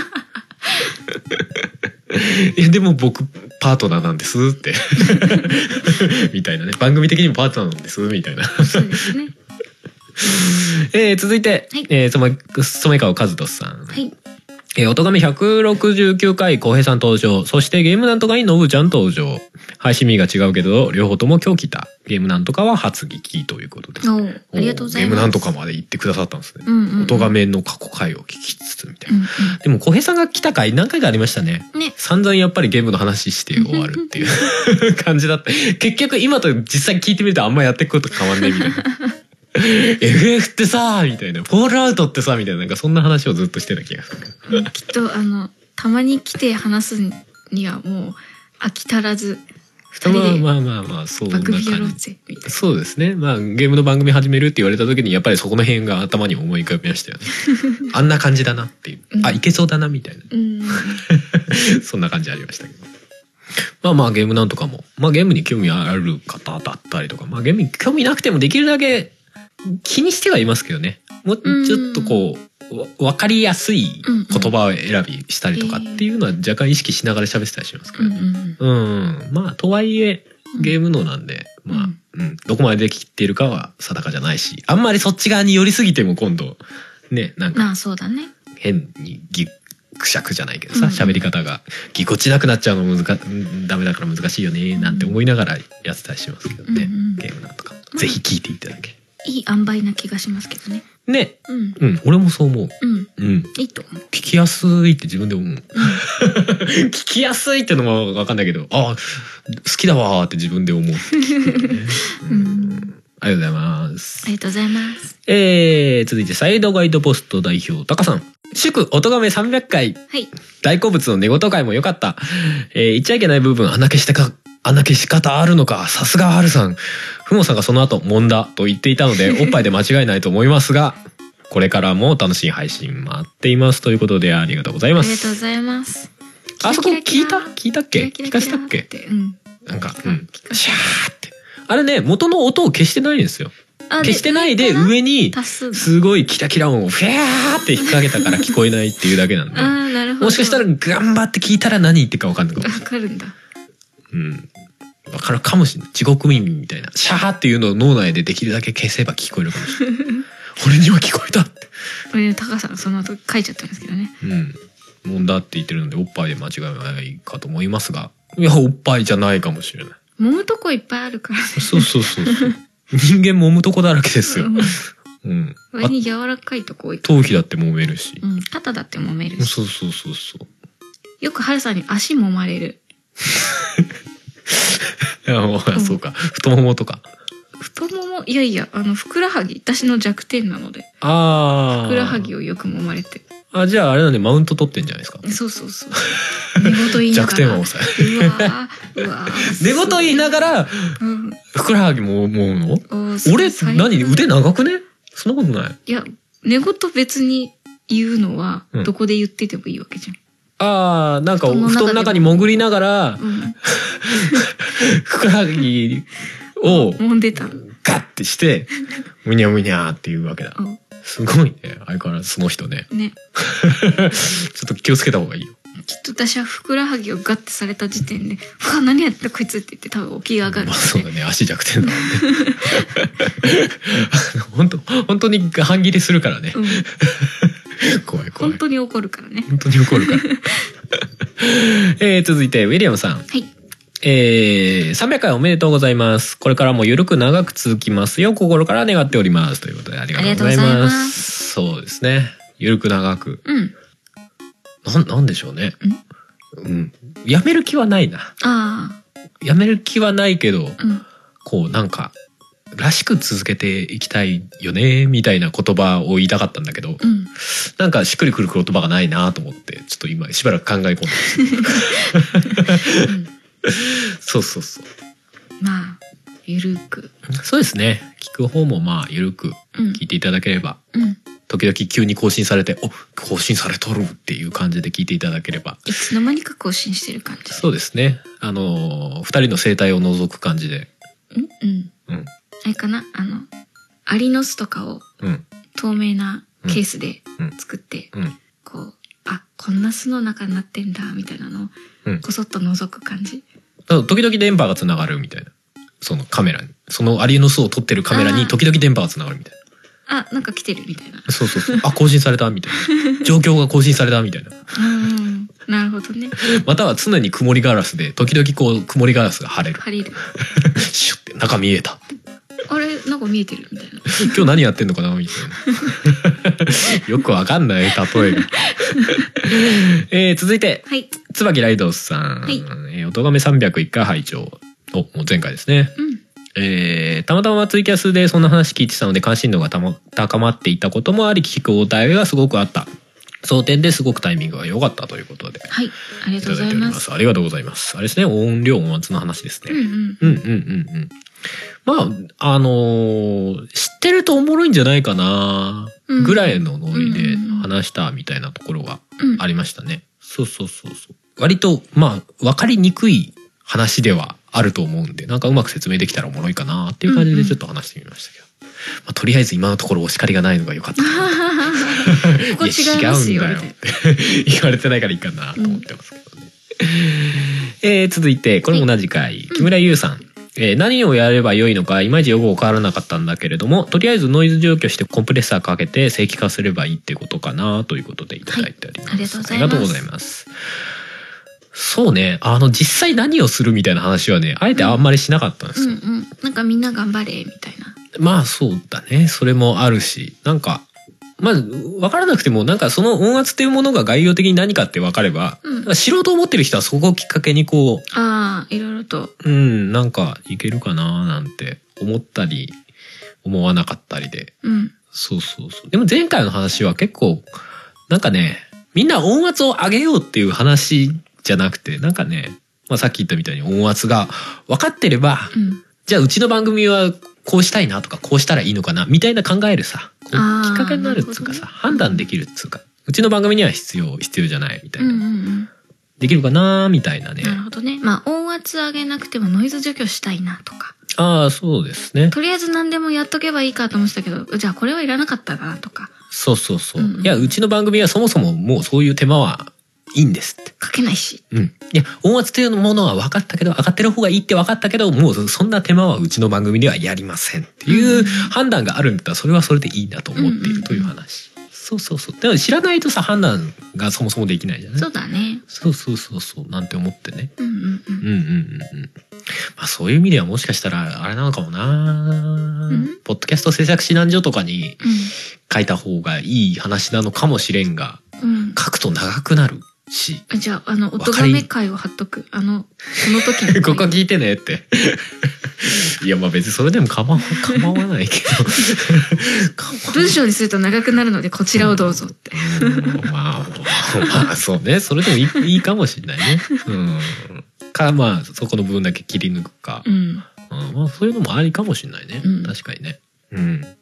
いやでも僕パートナーなんですってみたいなね。番組的にもパートナーなんですみたいな。そうですね。えー、続いて、はい、えー、染川和人さん。はい。えー、おとがめひゃくろくじゅうきゅうかい浩平さん登場。そしてゲームなんとかにのぶちゃん登場。配信日が違うけど両方とも今日来た。ゲームなんとかは初聞きということです、ね。 ありがとうございます。 ゲームなんとかまで言ってくださったんですね。うんうんうん、おとがめの過去回を聞きつつみたいな。うんうん、でも浩平さんが来た回何回かありましたね。ね。散々やっぱりゲームの話して終わるっていう感じだった。結局今と実際聞いてみるとあんまやっていくこと変わんないみたいな。エフエフ ってさみたいな、フォールアウトってさみたいな、なんかそんな話をずっとしてた気がする。 きっとあのたまに来て話すにはもう飽き足らずまあまあまあまあそうな感じ。そうですね。まあゲームの番組始めるって言われた時にやっぱりそこの辺が頭に思い浮かびましたよね。あんな感じだなっていう、うん、あいけそうだなみたいな、うん、そんな感じありましたけど。まあまあゲームなんとかも、まあゲームに興味ある方だったりとか、まあゲームに興味なくてもできるだけ気にしてはいますけどね。もうちょっとこう分かりやすい言葉を選びしたりとかっていうのは若干意識しながら喋ってたりしますけどね。うん、うん、まあとはいえゲームのなんで、まあ、うん、どこまでできているかは定かじゃないし、あんまりそっち側に寄りすぎても今度ね、なんか変にぎくしゃくじゃないけどさ、喋り方がぎこちなくなっちゃうのも難ダメだから難しいよねなんて思いながらやってたりしますけどね、うんうん、ゲームなんとかぜひ聞いていただけ。 いい塩梅な気がしますけどね。 ね、うん、うん、俺もそう思う。うん、 うん、いいと思う。 聞きやすいって自分で思う。うん、聞きやすいってのもわかんないけど、あ、好きだわーって自分で思う。ね、うん、ありがとうございます。 ありがとうございます。 えー、続いてサイドガイドポスト代表タカさん。祝おとがめさんびゃっかい。はい。大好物の寝言会も良かった。えー、言っちゃいけない部分穴消したか。穴消し方あるのか、さすがはるさん。ふもさんがその後もんだと言っていたのでおっぱいで間違いないと思いますが、これからも楽しい配信待っていますということでありがとうございます。 ありがとうございます。 あそこ聞いた聞いたっけ聞かしたっけ、うん、なんか、うん、シャーってあれね、元の音を消してないんですよ。消してないで上にすごいキラキラ音をフィャーって引っ掛けたから聞こえないっていうだけなんで。あ、なるほど。もしかしたら頑張って聞いたら何言ってるか分かんないかもしれない。 分かるんだ。 うん、分かるかもしれない。地獄耳みたいなシャーっていうのを脳内でできるだけ消せば聞こえるかもしれない。俺には聞こえたって。 俺タカさんその後書いちゃったんですけどね。 うん。もんだって言ってるのでおっぱいで間違いないかと思いますが、いやおっぱいじゃないかもしれない。 揉むとこいっぱいあるからね。 そうそうそうそう。人間揉むとこだらけですよ。うん。 割に柔らかいとこ多い。 頭皮だって揉めるし。 うん。肩だって揉めるし。 そうそうそうそう。 よくハルさんに足揉まれる。 いやもう、うん、そうか。太ももとか。 太もも、いやいや、あのふくらはぎ、私の弱点なので。 ああ。 ふくらはぎをよく揉まれて。 あ、じゃああれなんでマウント取ってんじゃないですか。 そうそうそう。寝言言いながら。 弱点は抑え。うわうわ寝言言いながら、うん、ふくらはぎも揉むの？俺何腕長くね？そんなことない。 いや寝言別に言うのはどこで言っててもいいわけじゃん。 ああ、なんか布団の中に潜りながら、うん、ふくらはぎを揉んでたガッてしてむにゃむにゃっていうわけだ。うん、すごいね、相変わらずその人ね。ね。ちょっと気をつけた方がいいよ。 きっと私はふくらはぎをガッてされた時点で「うわ何やったこいつ」って言って多分起き上がる、ね。まあそうだね、足弱点だもんね。本当本当に半切れするからね。うん、怖い怖い。 本当に怒るからね。 本当に怒るから。えー、続いてウィリアムさん。はい。えー、さんびゃっかいおめでとうございます。これからもゆるく長く続きますよ、心から願っております。ということでありがとうございます。そうですね。ゆるく長く。うん。な、なんでしょうね。うん。やめる気はないな。ああ。やめる気はないけど、うん、こうなんか、らしく続けていきたいよね、みたいな言葉を言いたかったんだけど、うん、なんかしっくりくる言葉がないなと思って、ちょっと今しばらく考え込んでます。うんそうそうそう。 まあゆるく。 そうですね。聞く方もまあゆるく聞いていただければ、うん、時々急に更新されて、お、更新されとるっていう感じで聞いていただければ。 いつの間にか更新してる感じ。 そうですね。あの二人の生態を覗く感じで。うんうんうん。あれかな、あのアリの巣とかを透明なケースで作って、うんうん、こうあこんな巣の中になってんだみたいなのをこそっと覗く感じ。 時々電波がつながるみたいな、そのカメラに、そのアリの巣を撮ってるカメラに時々電波がつながるみたいな。あ、なんか来てるみたいな。 そうそうそう。あ、更新されたみたいな。状況が更新されたみたいな。 うん、なるほどね。 または常に曇りガラスで時々こう曇りガラスが晴れる。 晴れる。 シュッて中見えた。 あれなんか見えてるみたいな。 今日何やってんのかなみたいな。よくわかんない例えが。えー、続いて、はい、椿ライドさん、はい、えー、おとがめさんびゃくいっかい拝聴。お、もう前回ですね。うん、えー、たまたまツイキャスでそんな話聞いてたので関心度がたま高まっていたこともあり、聞く応対がすごくあった。その点ですごくタイミングが良かったということで、 はい、ありがとうございます。 ありがとうございます。あれですね、音量音圧の話ですね。うんうんうんうんうん。まああのー、知ってるとおもろいんじゃないかなぐらいのノリで話したみたいなところがありましたね。うん、そうそうそうそう。割とまあ分かりにくい話ではあると思うんで、なんかうまく説明できたらおもろいかなっていう感じでちょっと話してみましたけど。うんうん、まあ、とりあえず今のところお叱りがないのが良かったここ違いますよ。いや違うんだよって言われてないからいいかなと思ってますけどね。うん、えー、続いてこれも同じ回、木村優さん。えー、何をやればよいのかいまいちよく分からなかったんだけれども、とりあえずノイズ除去してコンプレッサーかけて正規化すればいいってことかなということでいただいております。はい、ありがとうございます。そうね、あの実際何をするみたいな話はね、あえてあんまりしなかったんですよ。うんうんうん、 なんかみんな頑張れみたいな。 まあそうだね、それもあるし、なんかまず分からなくてもなんかその音圧っていうものが概要的に何かって分かれば、うん、知ろうと思ってる人はそこをきっかけにこう、 ああいろいろと、 うん、なんかいけるかななんて思ったり思わなかったりで、うん、そうそうそう。でも前回の話は結構なんかね、みんな音圧を上げようっていう話じゃなくて、なんかね、まあ、さっき言ったみたいに音圧が分かってれば、うん、じゃあうちの番組はこうしたいなとかこうしたらいいのかなみたいな考えるさ、こうきっかけになるっつうかさ、ね、判断できるっつうか、うちの番組には必要必要じゃないみたいな、うんうんうん、できるかなみたいなね。 なるほどね。まあ音圧上げなくてもノイズ除去したいなとか。 ああそうですね。 とりあえず何でもやっとけばいいかと思ってたけど、じゃあこれはいらなかったなとか。 そうそうそう、うんうん、いやうちの番組はそもそももうそういう手間はいいんですって。 かけないし。 うん。いや音圧っていうものは分かったけど、上がってる方がいいって分かったけど、もうそんな手間はうちの番組ではやりませんっていう判断があるんだったら、それはそれでいいなと思っているという話。うんうんうん、そうそうそう。でも知らないとさ判断がそもそもできないじゃない。 そうだね。 そうそうそうそうなんて思ってね。うんうんうん。うんうんうん。まあそういう意味ではもしかしたらあれなのかもな。うん、ポッドキャスト制作指南所とかに書いた方がいい話なのかもしれんが、うん、書くと長くなる。しじゃああの音がめ会を貼っとく、あのその時のここ聞いてねっていやまあ別にそれでも構わ構わないけど文章にすると長くなるのでこちらをどうぞって、 うん、まあまあそうね、それでもいい、いいかもしれないね、うん、かまあそこの部分だけ切り抜くか、うんうん、まあそういうのもありかもしれないね、うん、確かにね、うん、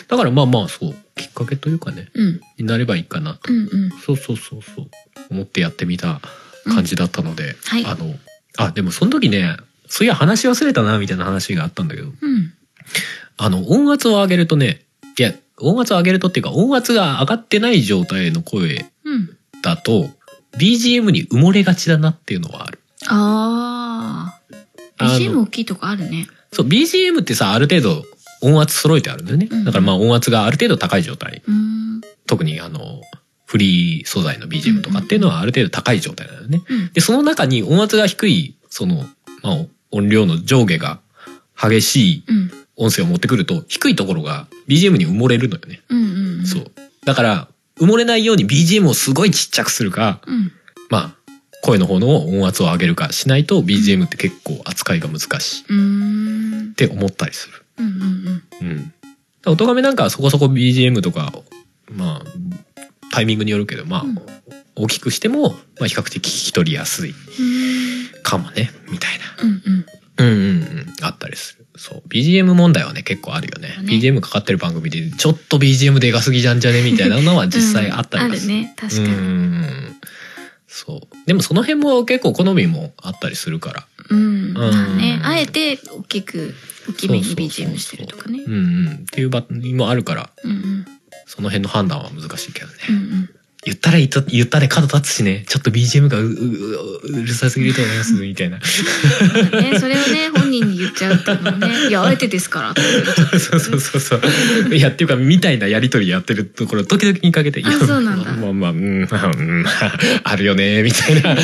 だからまあまあそうきっかけというかね、 うん、 になればいいかなと、うんうん、そうそうそうそう思ってやってみた感じだったので、うんはい、あのあでもその時ねそういや話し忘れたなみたいな話があったんだけど、うん、あの音圧を上げるとねいや音圧を上げるとっていうか音圧が上がってない状態の声だと、うん、ビージーエム に埋もれがちだなっていうのはある。 ああ ビージーエム 大きいとこあるね。 そう ビージーエム ってさある程度音圧揃えてあるんだよね、うん、だからまあ音圧がある程度高い状態、うん、特にあのフリー素材の ビージーエム とかっていうのはある程度高い状態なのね、うん、でその中に音圧が低いその、まあ、音量の上下が激しい音声を持ってくると低いところが ビージーエム に埋もれるのよね、うんうんうん、そうだから埋もれないように ビージーエム をすごいちっちゃくするか、うん、まあ声の方の音圧を上げるかしないと ビージーエム って結構扱いが難しいって思ったりする。うんうんうん。うん。音亀なんかはそこそこ ビージーエム とかまあタイミングによるけどまあ、うん、大きくしても、まあ、比較的聞き取りやすいかもねみたいな。うんうん。うんうんうんあったりする。そう ビージーエム 問題はね結構あるよね。ね ビージーエム かかってる番組でちょっと ビージーエム でかすぎじゃんじゃねみたいなのは実際あったりする。 うん、あるね確かに。うんそうでもその辺も結構好みもあったりするから、 うん、うん、まあねあえて大きく大きめに ビージーエム してるとかね、 うんうん、っていう場合もあるから、うんうん、その辺の判断は難しいけどね、うんうん、言ったら言った言ったで角立つしねちょっと ビージーエム が う, う, うるさすぎると思いますみたいな、ね、 それをね本人に言っちゃうっていうのはねいやあえてですからってそうそうそうそういやっていうかみたいなやり取りやってるところ時々にかけてあそうなんだまあまあ、うん、あるよねみたいな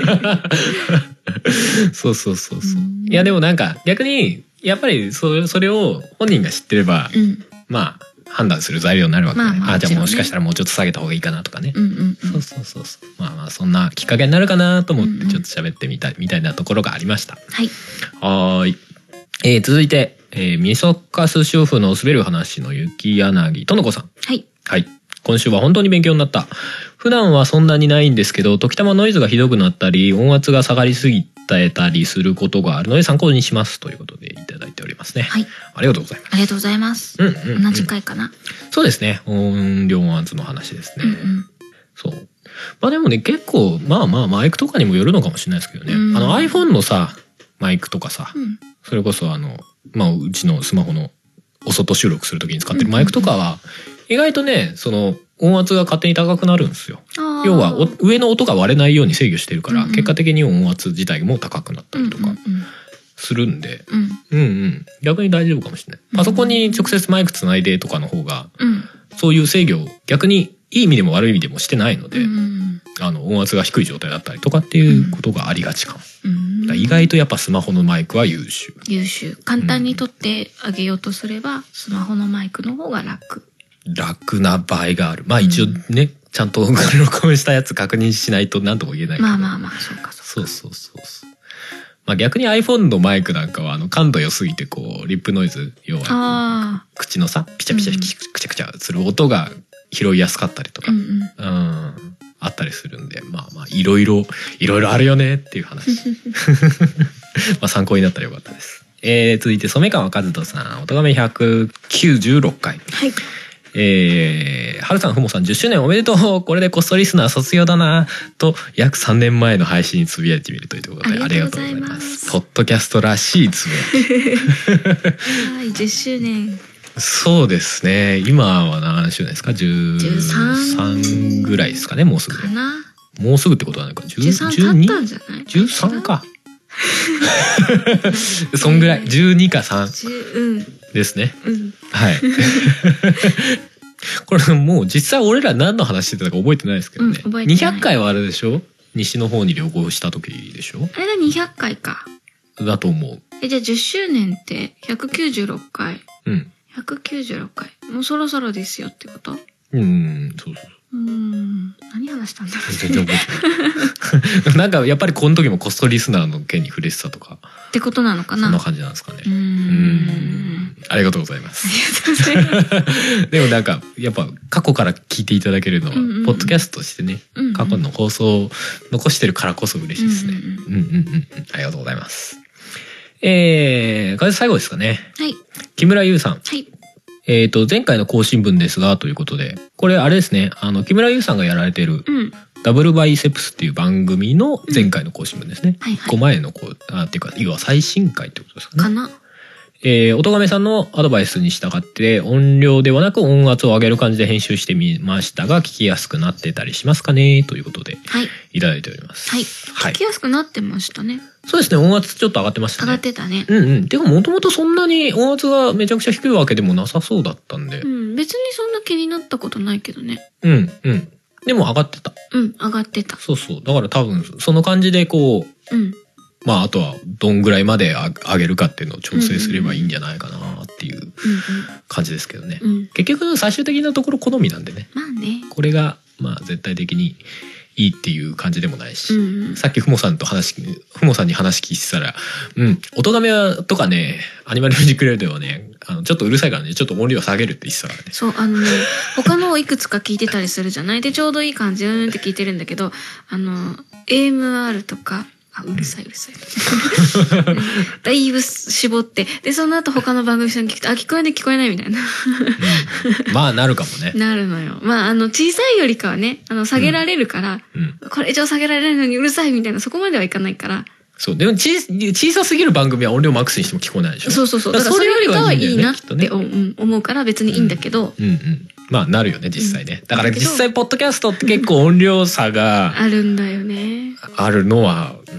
そうそうそうそういやでもなんか逆にやっぱりそ それを本人が知ってれば、うん、まあ判断する材料になるわけね。まあ、まあ、あじゃあもしかしたらもうちょっと下げた方がいいかなとかね。うんうんうん、そうそうそうそう。まあまあそんなきっかけになるかなと思ってちょっと喋ってみたいみたいなところがありました。はい。はい。えー、続いて、えー、みそかす主婦の滑る話の雪柳とのこさん。はい。はい。今週は本当に勉強になった。普段はそんなにないんですけど、時たまノイズがひどくなったり、音圧が下がりすぎたりすることがあるので参考にしますということでいただいておりますね。はい。ありがとうございます。 ありがとうございます。うんうんうん、同じ回かな。 そうですね。音量音圧の話ですね。うんうん、そう。まあでもね結構まあまあマイクとかにもよるのかもしれないですけどね。あの iPhone のさマイクとかさ、うん、それこそあのまあうちのスマホのお外収録するときに使ってるマイクとかは意外とねその音圧が勝手に高くなるんですよ。要は上の音が割れないように制御してるから、うんうん、結果的に音圧自体も高くなったりとかするんで、うん、うんうん逆に大丈夫かもしれない。パソコンに直接マイクつないでとかの方が、うん、そういう制御を逆にいい意味でも悪い意味でもしてないので、うん、あの音圧が低い状態だったりとかっていうことがありがちかも。うん、だ意外とやっぱスマホのマイクは優秀。 優秀。簡単に取ってあげようとすれば、うん、スマホのマイクの方が楽。 楽な場合がある。まあ一応ね、うん、ちゃんと録音したやつ確認しないと何とも言えないけど。 まあまあまあ、そうかそうか。 そうそうそうそう。まあ逆に iPhone のマイクなんかはあの感度良すぎてこうリップノイズ要は口のさピチャピチャくちゃくちゃする音が拾いやすかったりとか、うん、うん、あったりするんでまあまあいろいろいろいろあるよねっていう話。まあ参考になったらよかったです。えー、続いて染川和人さんおとがめひゃくきゅうじゅうろっかい。はい。えー、はるさんふもさんじゅっしゅうねんおめでとうこれでコストリスナー卒業だなと約さんねんまえの配信につぶやいてみるということでありがとうございます。ポッドキャストらしいつぶやき。 はいじゅっしゅうねん。 そうですね今は何周年ですかじゅうさんぐらいですかねもうすぐかなもうすぐってことはないかじゅうさん経ったんじゃないじゅうさんかそんぐらいじゅうにかさんですね、うん、はいこれもう実際俺ら何の話してたか覚えてないですけどね、うん、にひゃっかいはあれでしょ西の方に旅行した時でしょあれがにひゃっかいかだと思う。 えじゃあじゅっしゅうねんってひゃくきゅうじゅうろっかいうんひゃくきゅうじゅうろっかいもうそろそろですよってこと？ うんそうそううん何話したんだろう全然覚えてないなんかやっぱりこの時もコストリスナーの件に触れてたとかってことなのかな。 そんな感じなんですかね。うんうんありがとうございます。ありがとうございますでもなんかやっぱ過去から聞いていただけるのは、うんうん、ポッドキャストとしてね、うんうん、過去の放送を残してるからこそ嬉しいですね。うんうんうん、うんうん、ありがとうございます。えー、これ最後ですかね。はい。木村優さん。はい。 えっと、前回の更新分ですが、ということで、これあれですね、あの、木村優さんがやられてる、 うん、 ダブルバイセプスっていう番組の前回の更新分ですね。 うん、はいはい。 いっこまえのこう、あ、っていうか、要は最新回ってことですかね。 かな。 えー、音亀さんのアドバイスに従って音量ではなく音圧を上げる感じで編集してみましたが、聞きやすくなってたりしますかねということで、はい、いただいております。 はい。はい、聞きやすくなってましたね。 そうですね、音圧ちょっと上がってましたね。 上がってたね。 うんうん。てかもともとそんなに音圧がめちゃくちゃ低いわけでもなさそうだったんで。 うん、別にそんな気になったことないけどね。 うんうん。でも上がってた。 うん、上がってた。 そうそう。だから多分その感じでこう、うん。まああとはどんぐらいまで上げるかっていうのを調整すればいいんじゃないかなっていう感じですけどね、うんうん、結局最終的なところ好みなんでね、 まあね、 これがまあ絶対的にいいっていう感じでもないし、うんうん、さっきふもさんと話ふもさんに話聞いてたら、うん音亀とかねアニマルミュージックレディオはねあのちょっとうるさいからねちょっと音量下げるって言ってたからね。 そうあのね他のをいくつか聞いてたりするじゃないでちょうどいい感じうんって聞いてるんだけどあの エーエムアール とかあ、うるさいうるさい。だいぶ絞って、で、その後他の番組さん聞くと、あ、聞こえない聞こえないみたいな。 うん、まあ、なるかもね。 なるのよ。まあ、あの、小さいよりかはね、あの、下げられるから、うんうん、これ以上下げられないのにうるさいみたいな、そこまではいかないから。 そう。でも小、小さすぎる番組は音量マックスにしても聞こえないでしょ。 そうそうそう。だからそれよりかはいいなってね、思うから別にいいんだけど。 うん、うん、うん。まあ、なるよね、実際ね。だから実際、ポッドキャストって結構音量差が。 あるんだよね。 あるのは、うん。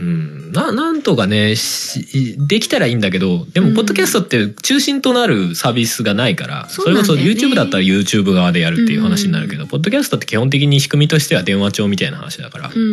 な、なんとかね、できたらいいんだけど、でも、ポッドキャストって中心となるサービスがないから、うん、それこそ YouTube だったら YouTube 側でやるっていう話になるけど、うん、ポッドキャストって基本的に仕組みとしては電話帳みたいな話だから、うん、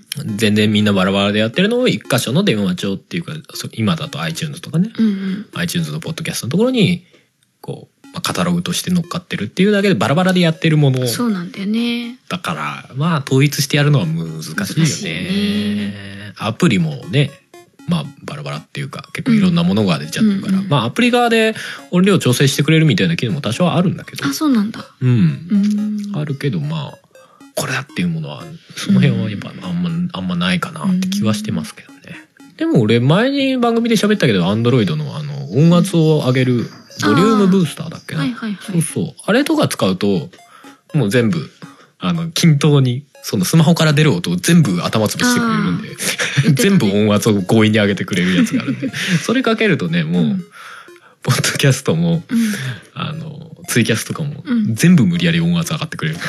全然みんなバラバラでやってるのを一箇所の電話帳っていうか、今だと iTunes とかね、うんうん、iTunes のポッドキャストのところに、こう、まあ、カタログとして乗っかってるっていうだけでバラバラでやってるもの。 そうなんだよね。 だから、まあ、統一してやるのは難しいよね。難しいね。アプリもね、まあ、バラバラっていうか、結構いろんなものが出ちゃうから、うん、まあ、アプリ側で音量調整してくれるみたいな機能も多少はあるんだけど。 あ、そうなんだ。 うん。うん、あるけど、まあ、これだっていうものは、その辺はやっぱあんま、あんまないかなって気はしてますけどね。でも俺、前に番組で喋ったけど、Android のあの、音圧を上げる、ボリュームブースターだっけな、はいはいはい、そうそうあれとか使うともう全部あの均等にそのスマホから出る音を全部頭つぶしてくれるんで、ね、全部音圧を強引に上げてくれるやつがあるんでそれかけるとねもう、うん、ポッドキャストも、うん、あのツイキャスとかも、うん、全部無理やり音圧上がってくれるから、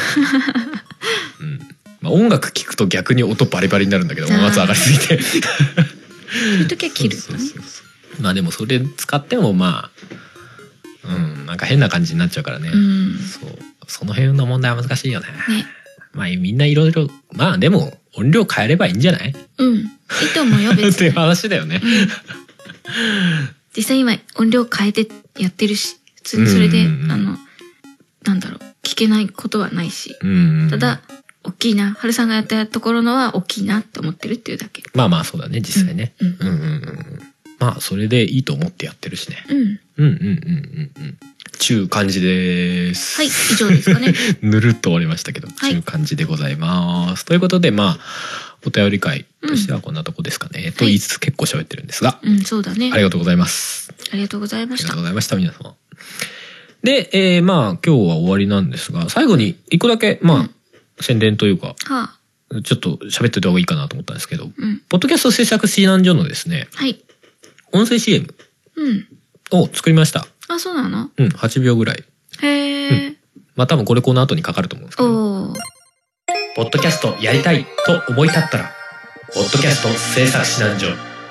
うんまあ、音楽聴くと逆に音バリバリになるんだけど音圧上がりすぎてそういう時は切るとね。 まあでもそれ使ってもまあうん、なんか変な感じになっちゃうからね、うん、そうその辺の問題は難しいよね。ねまあみんないろいろまあでも音量変えればいいんじゃない？ うんいいと思うよ別にっていう話だよね、うん、 実際今音量変えてやってるし普通にそれで、うんうん、あのなんだろう聞けないことはないし、うんうん、ただ大きいな春さんがやったところのは大きいなって思ってるっていうだけ。 まあまあそうだね実際ね、うん、うんうんうんまあそれでいいと思ってやってるしね。うん。うんうんうんうんうん。ちゅう感じです。 はい、以上ですかね。 ぬるっと終わりましたけど、はい、ちゅう感じでございます。ということでまあお便り会としてはこんなとこですかね。うん、と言いつつ結構喋ってるんですが、 はい、うんそうだね。 ありがとうございます。 ありがとうございました。 ありがとうございました皆様。で、えー、まあ今日は終わりなんですが、最後に一個だけまあ、うん、宣伝というか。はあちょっと喋っておいた方がいいかなと思ったんですけど、うん、ポッドキャスト制作指南所のですね、はい、音声 シーエム を作りました。 うん、あ、そうなの？ うん、はちびょうぐらい。へえ、うん。まあ多分これこの後にかかると思うんですけど。ポッドキャストやりたいと思い立ったら、ポッドキャスト制作指南所。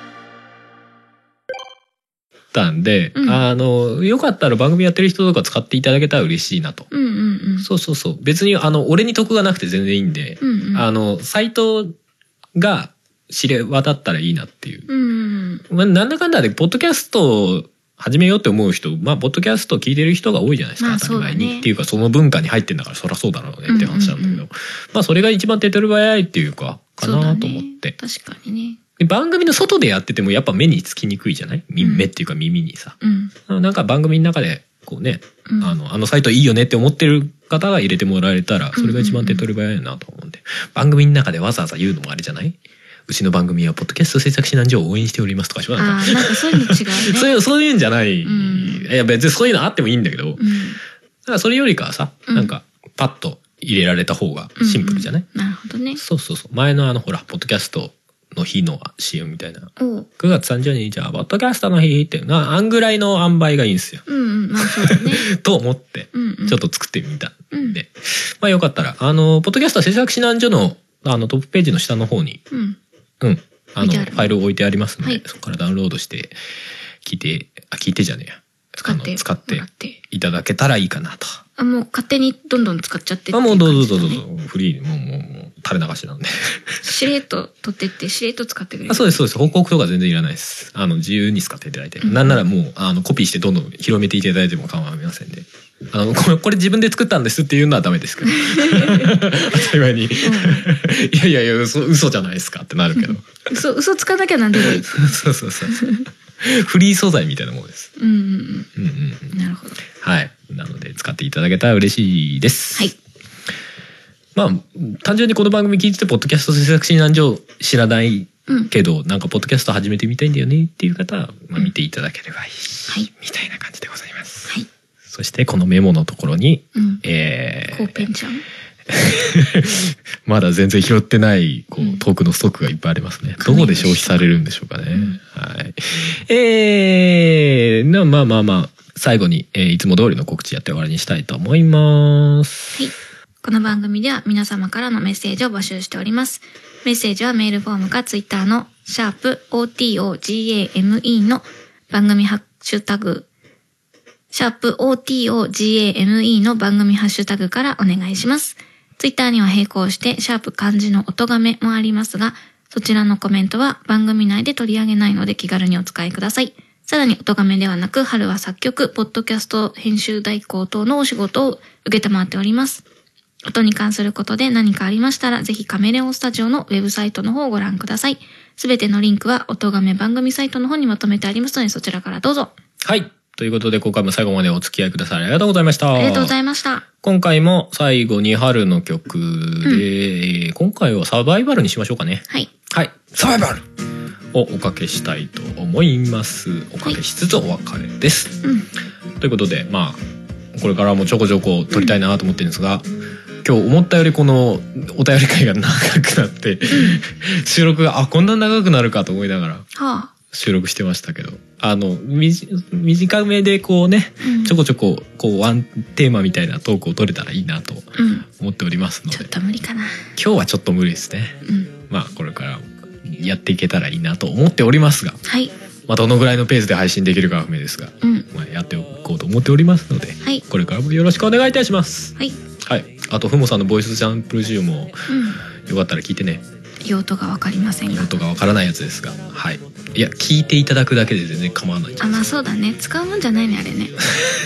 たんで、うん、あのよかったら番組やってる人とか使っていただけたら嬉しいなと、うんうんうん、そうそうそう別にあの俺に得がなくて全然いいんで、うんうん、あのサイトが知れ渡ったらいいなっていう、うんうんまあ、なんだかんだでポッドキャストを始めようって思う人まあポッドキャスト聞いてる人が多いじゃないですか、まあ、当たり前に、ね、っていうかその文化に入ってんだからそりゃそうだろうねって話なんだけど、うんうんうん、まあそれが一番手っ取り早いっていうかかなと思って、 ね、確かにね番組の外でやっててもやっぱ目につきにくいじゃない、うん、目っていうか耳にさ、うん、なんか番組の中でこうね、うん、あのあのサイトいいよねって思ってる方が入れてもらえたらそれが一番手っ取り早いなと思うんで、番組の中でわざわざ言うのもあれじゃない、 うちの番組はポッドキャスト制作指南所を応援しておりますとかしょなんかあなんかそういうの違うねそういうそういうんじゃない、うん、いや別にそういうのあってもいいんだけど、うん、だからそれよりかはさ、うん、なんかパッと入れられた方がシンプルじゃない、 うんうん、なるほどね。 そうそうそう前のあのほらポッドキャストの日の シーエム みたいなくがつさんじゅうにちじゃあポッドキャストの日ってなあんぐらいの塩梅がいいんですよ、 うんうんまあそうだねと思ってちょっと作ってみたんで、うん、まあよかったらあのポッドキャスト制作指南所のあのトップページの下の方に、うん、うん、あのファイルを置いてありますので、はい、そこからダウンロードして聞いてあ聞いてじゃねえや使って使っていただけたらいいかなと。 あもう勝手にどんどん使っちゃってっていうあもうどうぞどうぞ感じだね。 どうぞフリーもうもうもう垂れ流しなんでしれっと取ってってしれっと使ってくれる。 あそうですそうです報告とか全然いらないです。あの自由に使っていただいて、うん、なんならもうあのコピーしてどんどん広めていただいても構いませんで、あのこれこれ自分で作ったんですっていうのはダメですけど当たり前に、うん、いやいやいや嘘嘘じゃないですかってなるけど嘘嘘つかなきゃなんでもいいそうそうそうフリー素材みたいなものです。 うんうんうん。うんうん、なるほど。 はい。なので使っていただけたら嬉しいです。 はい。 まあ単純にこの番組聞いててポッドキャスト制作指南所知らないけど、うん、なんかポッドキャスト始めてみたいんだよねっていう方は、まあ、見ていただければいい、はい、みたいな感じでございます。はい。そしてこのメモのところに、うん、えー、 コーペンちゃん。 まだ全然拾ってないこうトークのストックがいっぱいありますね。どこで消費されるんでしょうかね。うん、はい。えー、なまあまあまあ最後に、えー、いつも通りの告知やって終わりにしたいと思います。 はい。この番組では皆様からのメッセージを募集しております。メッセージはメールフォームかツイッターのシャープ オーティーオージーエーエムイー の番組ハッシュタグシャープ オーティーオージーエーエムイー の番組ハッシュタグからお願いします。ツイッターには並行して、シャープ漢字の音がめもありますが、そちらのコメントは番組内で取り上げないので気軽にお使いください。さらに音がめではなく、春は作曲、ポッドキャスト編集代行等のお仕事を受けたまっております。音に関することで何かありましたら、ぜひカメレオンスタジオのウェブサイトの方をご覧ください。すべてのリンクは音がめ番組サイトの方にまとめてありますので、そちらからどうぞ。 はい。ということで今回も最後までお付き合いくださりありがとうございました。 ありがとうございました。 今回も最後に春の曲で、うん、今回はサバイバルにしましょうかね。 はい。 はい。サバイバルをおかけしたいと思います。おかけしつつお別れです。はい、うん、ということでまあこれからもちょこちょこ撮りたいなと思ってるんですが、うん、今日思ったよりこのお便り会が長くなって収録があこんな長くなるかと思いながら。はあ収録してましたけど、あのみ短めでこうね、うん、ちょこちょここうワンテーマみたいなトークを取れたらいいなと思っておりますので、うん、 ちょっと無理かな。 今日はちょっと無理ですね。うん、まあこれからやっていけたらいいなと思っておりますが、 はい。 まあどのぐらいのペースで配信できるかは不明ですが、うん、まあやっておこうと思っておりますので、はい、これからもよろしくお願いいたします。はい。はい。あとふもさんのボイスサンプル集も、うん、よかったら聞いてね。 用途がわかりませんが。 用途がわからないやつですが、はい。いや聞いていただくだけで全然構わない。 あまあそうだね使うもんじゃないねあれね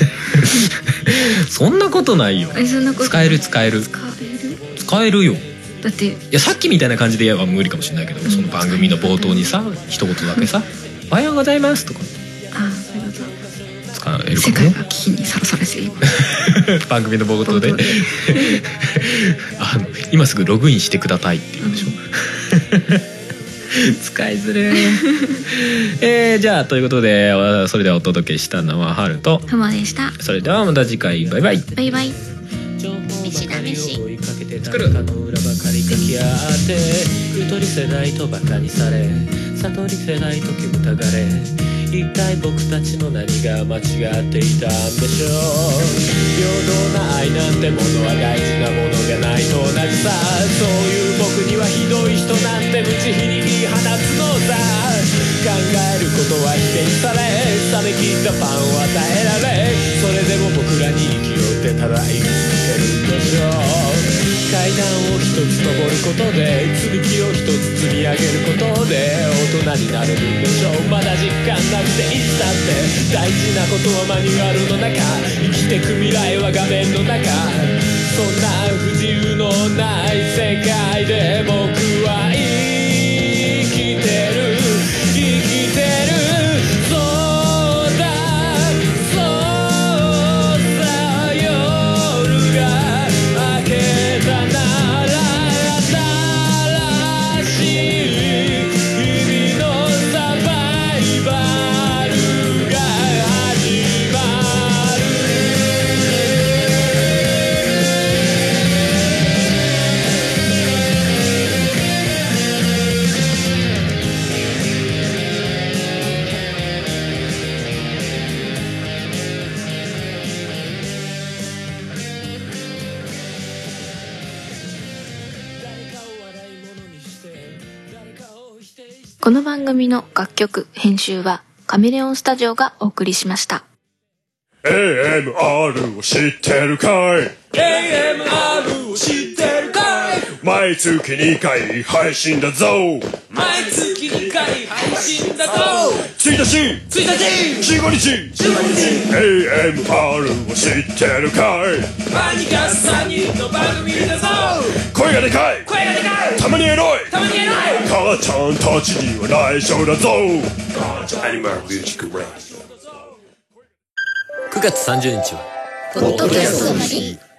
そんなことないよ。 えそんなこと使える使える使える使えるよ。 だっていやさっきみたいな感じで言えば無理かもしれないけど、うん、その番組の冒頭にさ一言だけさ「おはようございます」とかあそういうこと使えるかも。 世界が危機にさらされている番組の冒頭であの今すぐログインしてくださいって言うでしょ、うん使いづれえー、じゃあということでそれではお届けしたのは春とふもでした。 それではまた次回バイバイバイバイ。飯だ飯作るの裏ばかりかき合ってゆとり世代とバカにされ悟り世代と煙たがれ一体僕たちの何が間違っていたんでしょう。平等な愛なんてものは大事なものがないと同じさ。そういう僕にはひどい人なんて無慈悲に言い放つのさ。考えることは否定され冷め切ったパンを与えられそれでも僕らに生きようってただ言い続けるんでしょう。階段を一つ登ることで積み木を一つ積み上げることで大人になれるんでしょう。まだ実感なくていつだって大事なことはマニュアルの中生きてく未来は画面の中そんな不自由のない世界で僕は生きてる生きてるそうだそうさ夜が明けたなら新しいこの番組の楽曲編集はカメレオンスタジオがお送りしました。 エーエムアール を知ってるかい？ エーエムアール を知ってるかい？ 毎月にかい配信だぞ。 毎月にかい配信だぞ。 ついたち 1日じゅうごにちじゅうごにちエーエムアール を知ってるかい？ マニカさんにんの番組だぞ。 声がでかい、 声がでかい、 たまにエロい、 たまにエロい、 母ちゃんたちには内緒だぞ。アニマルミュージックライブくがつさんじゅうにちはポッドキャストの日。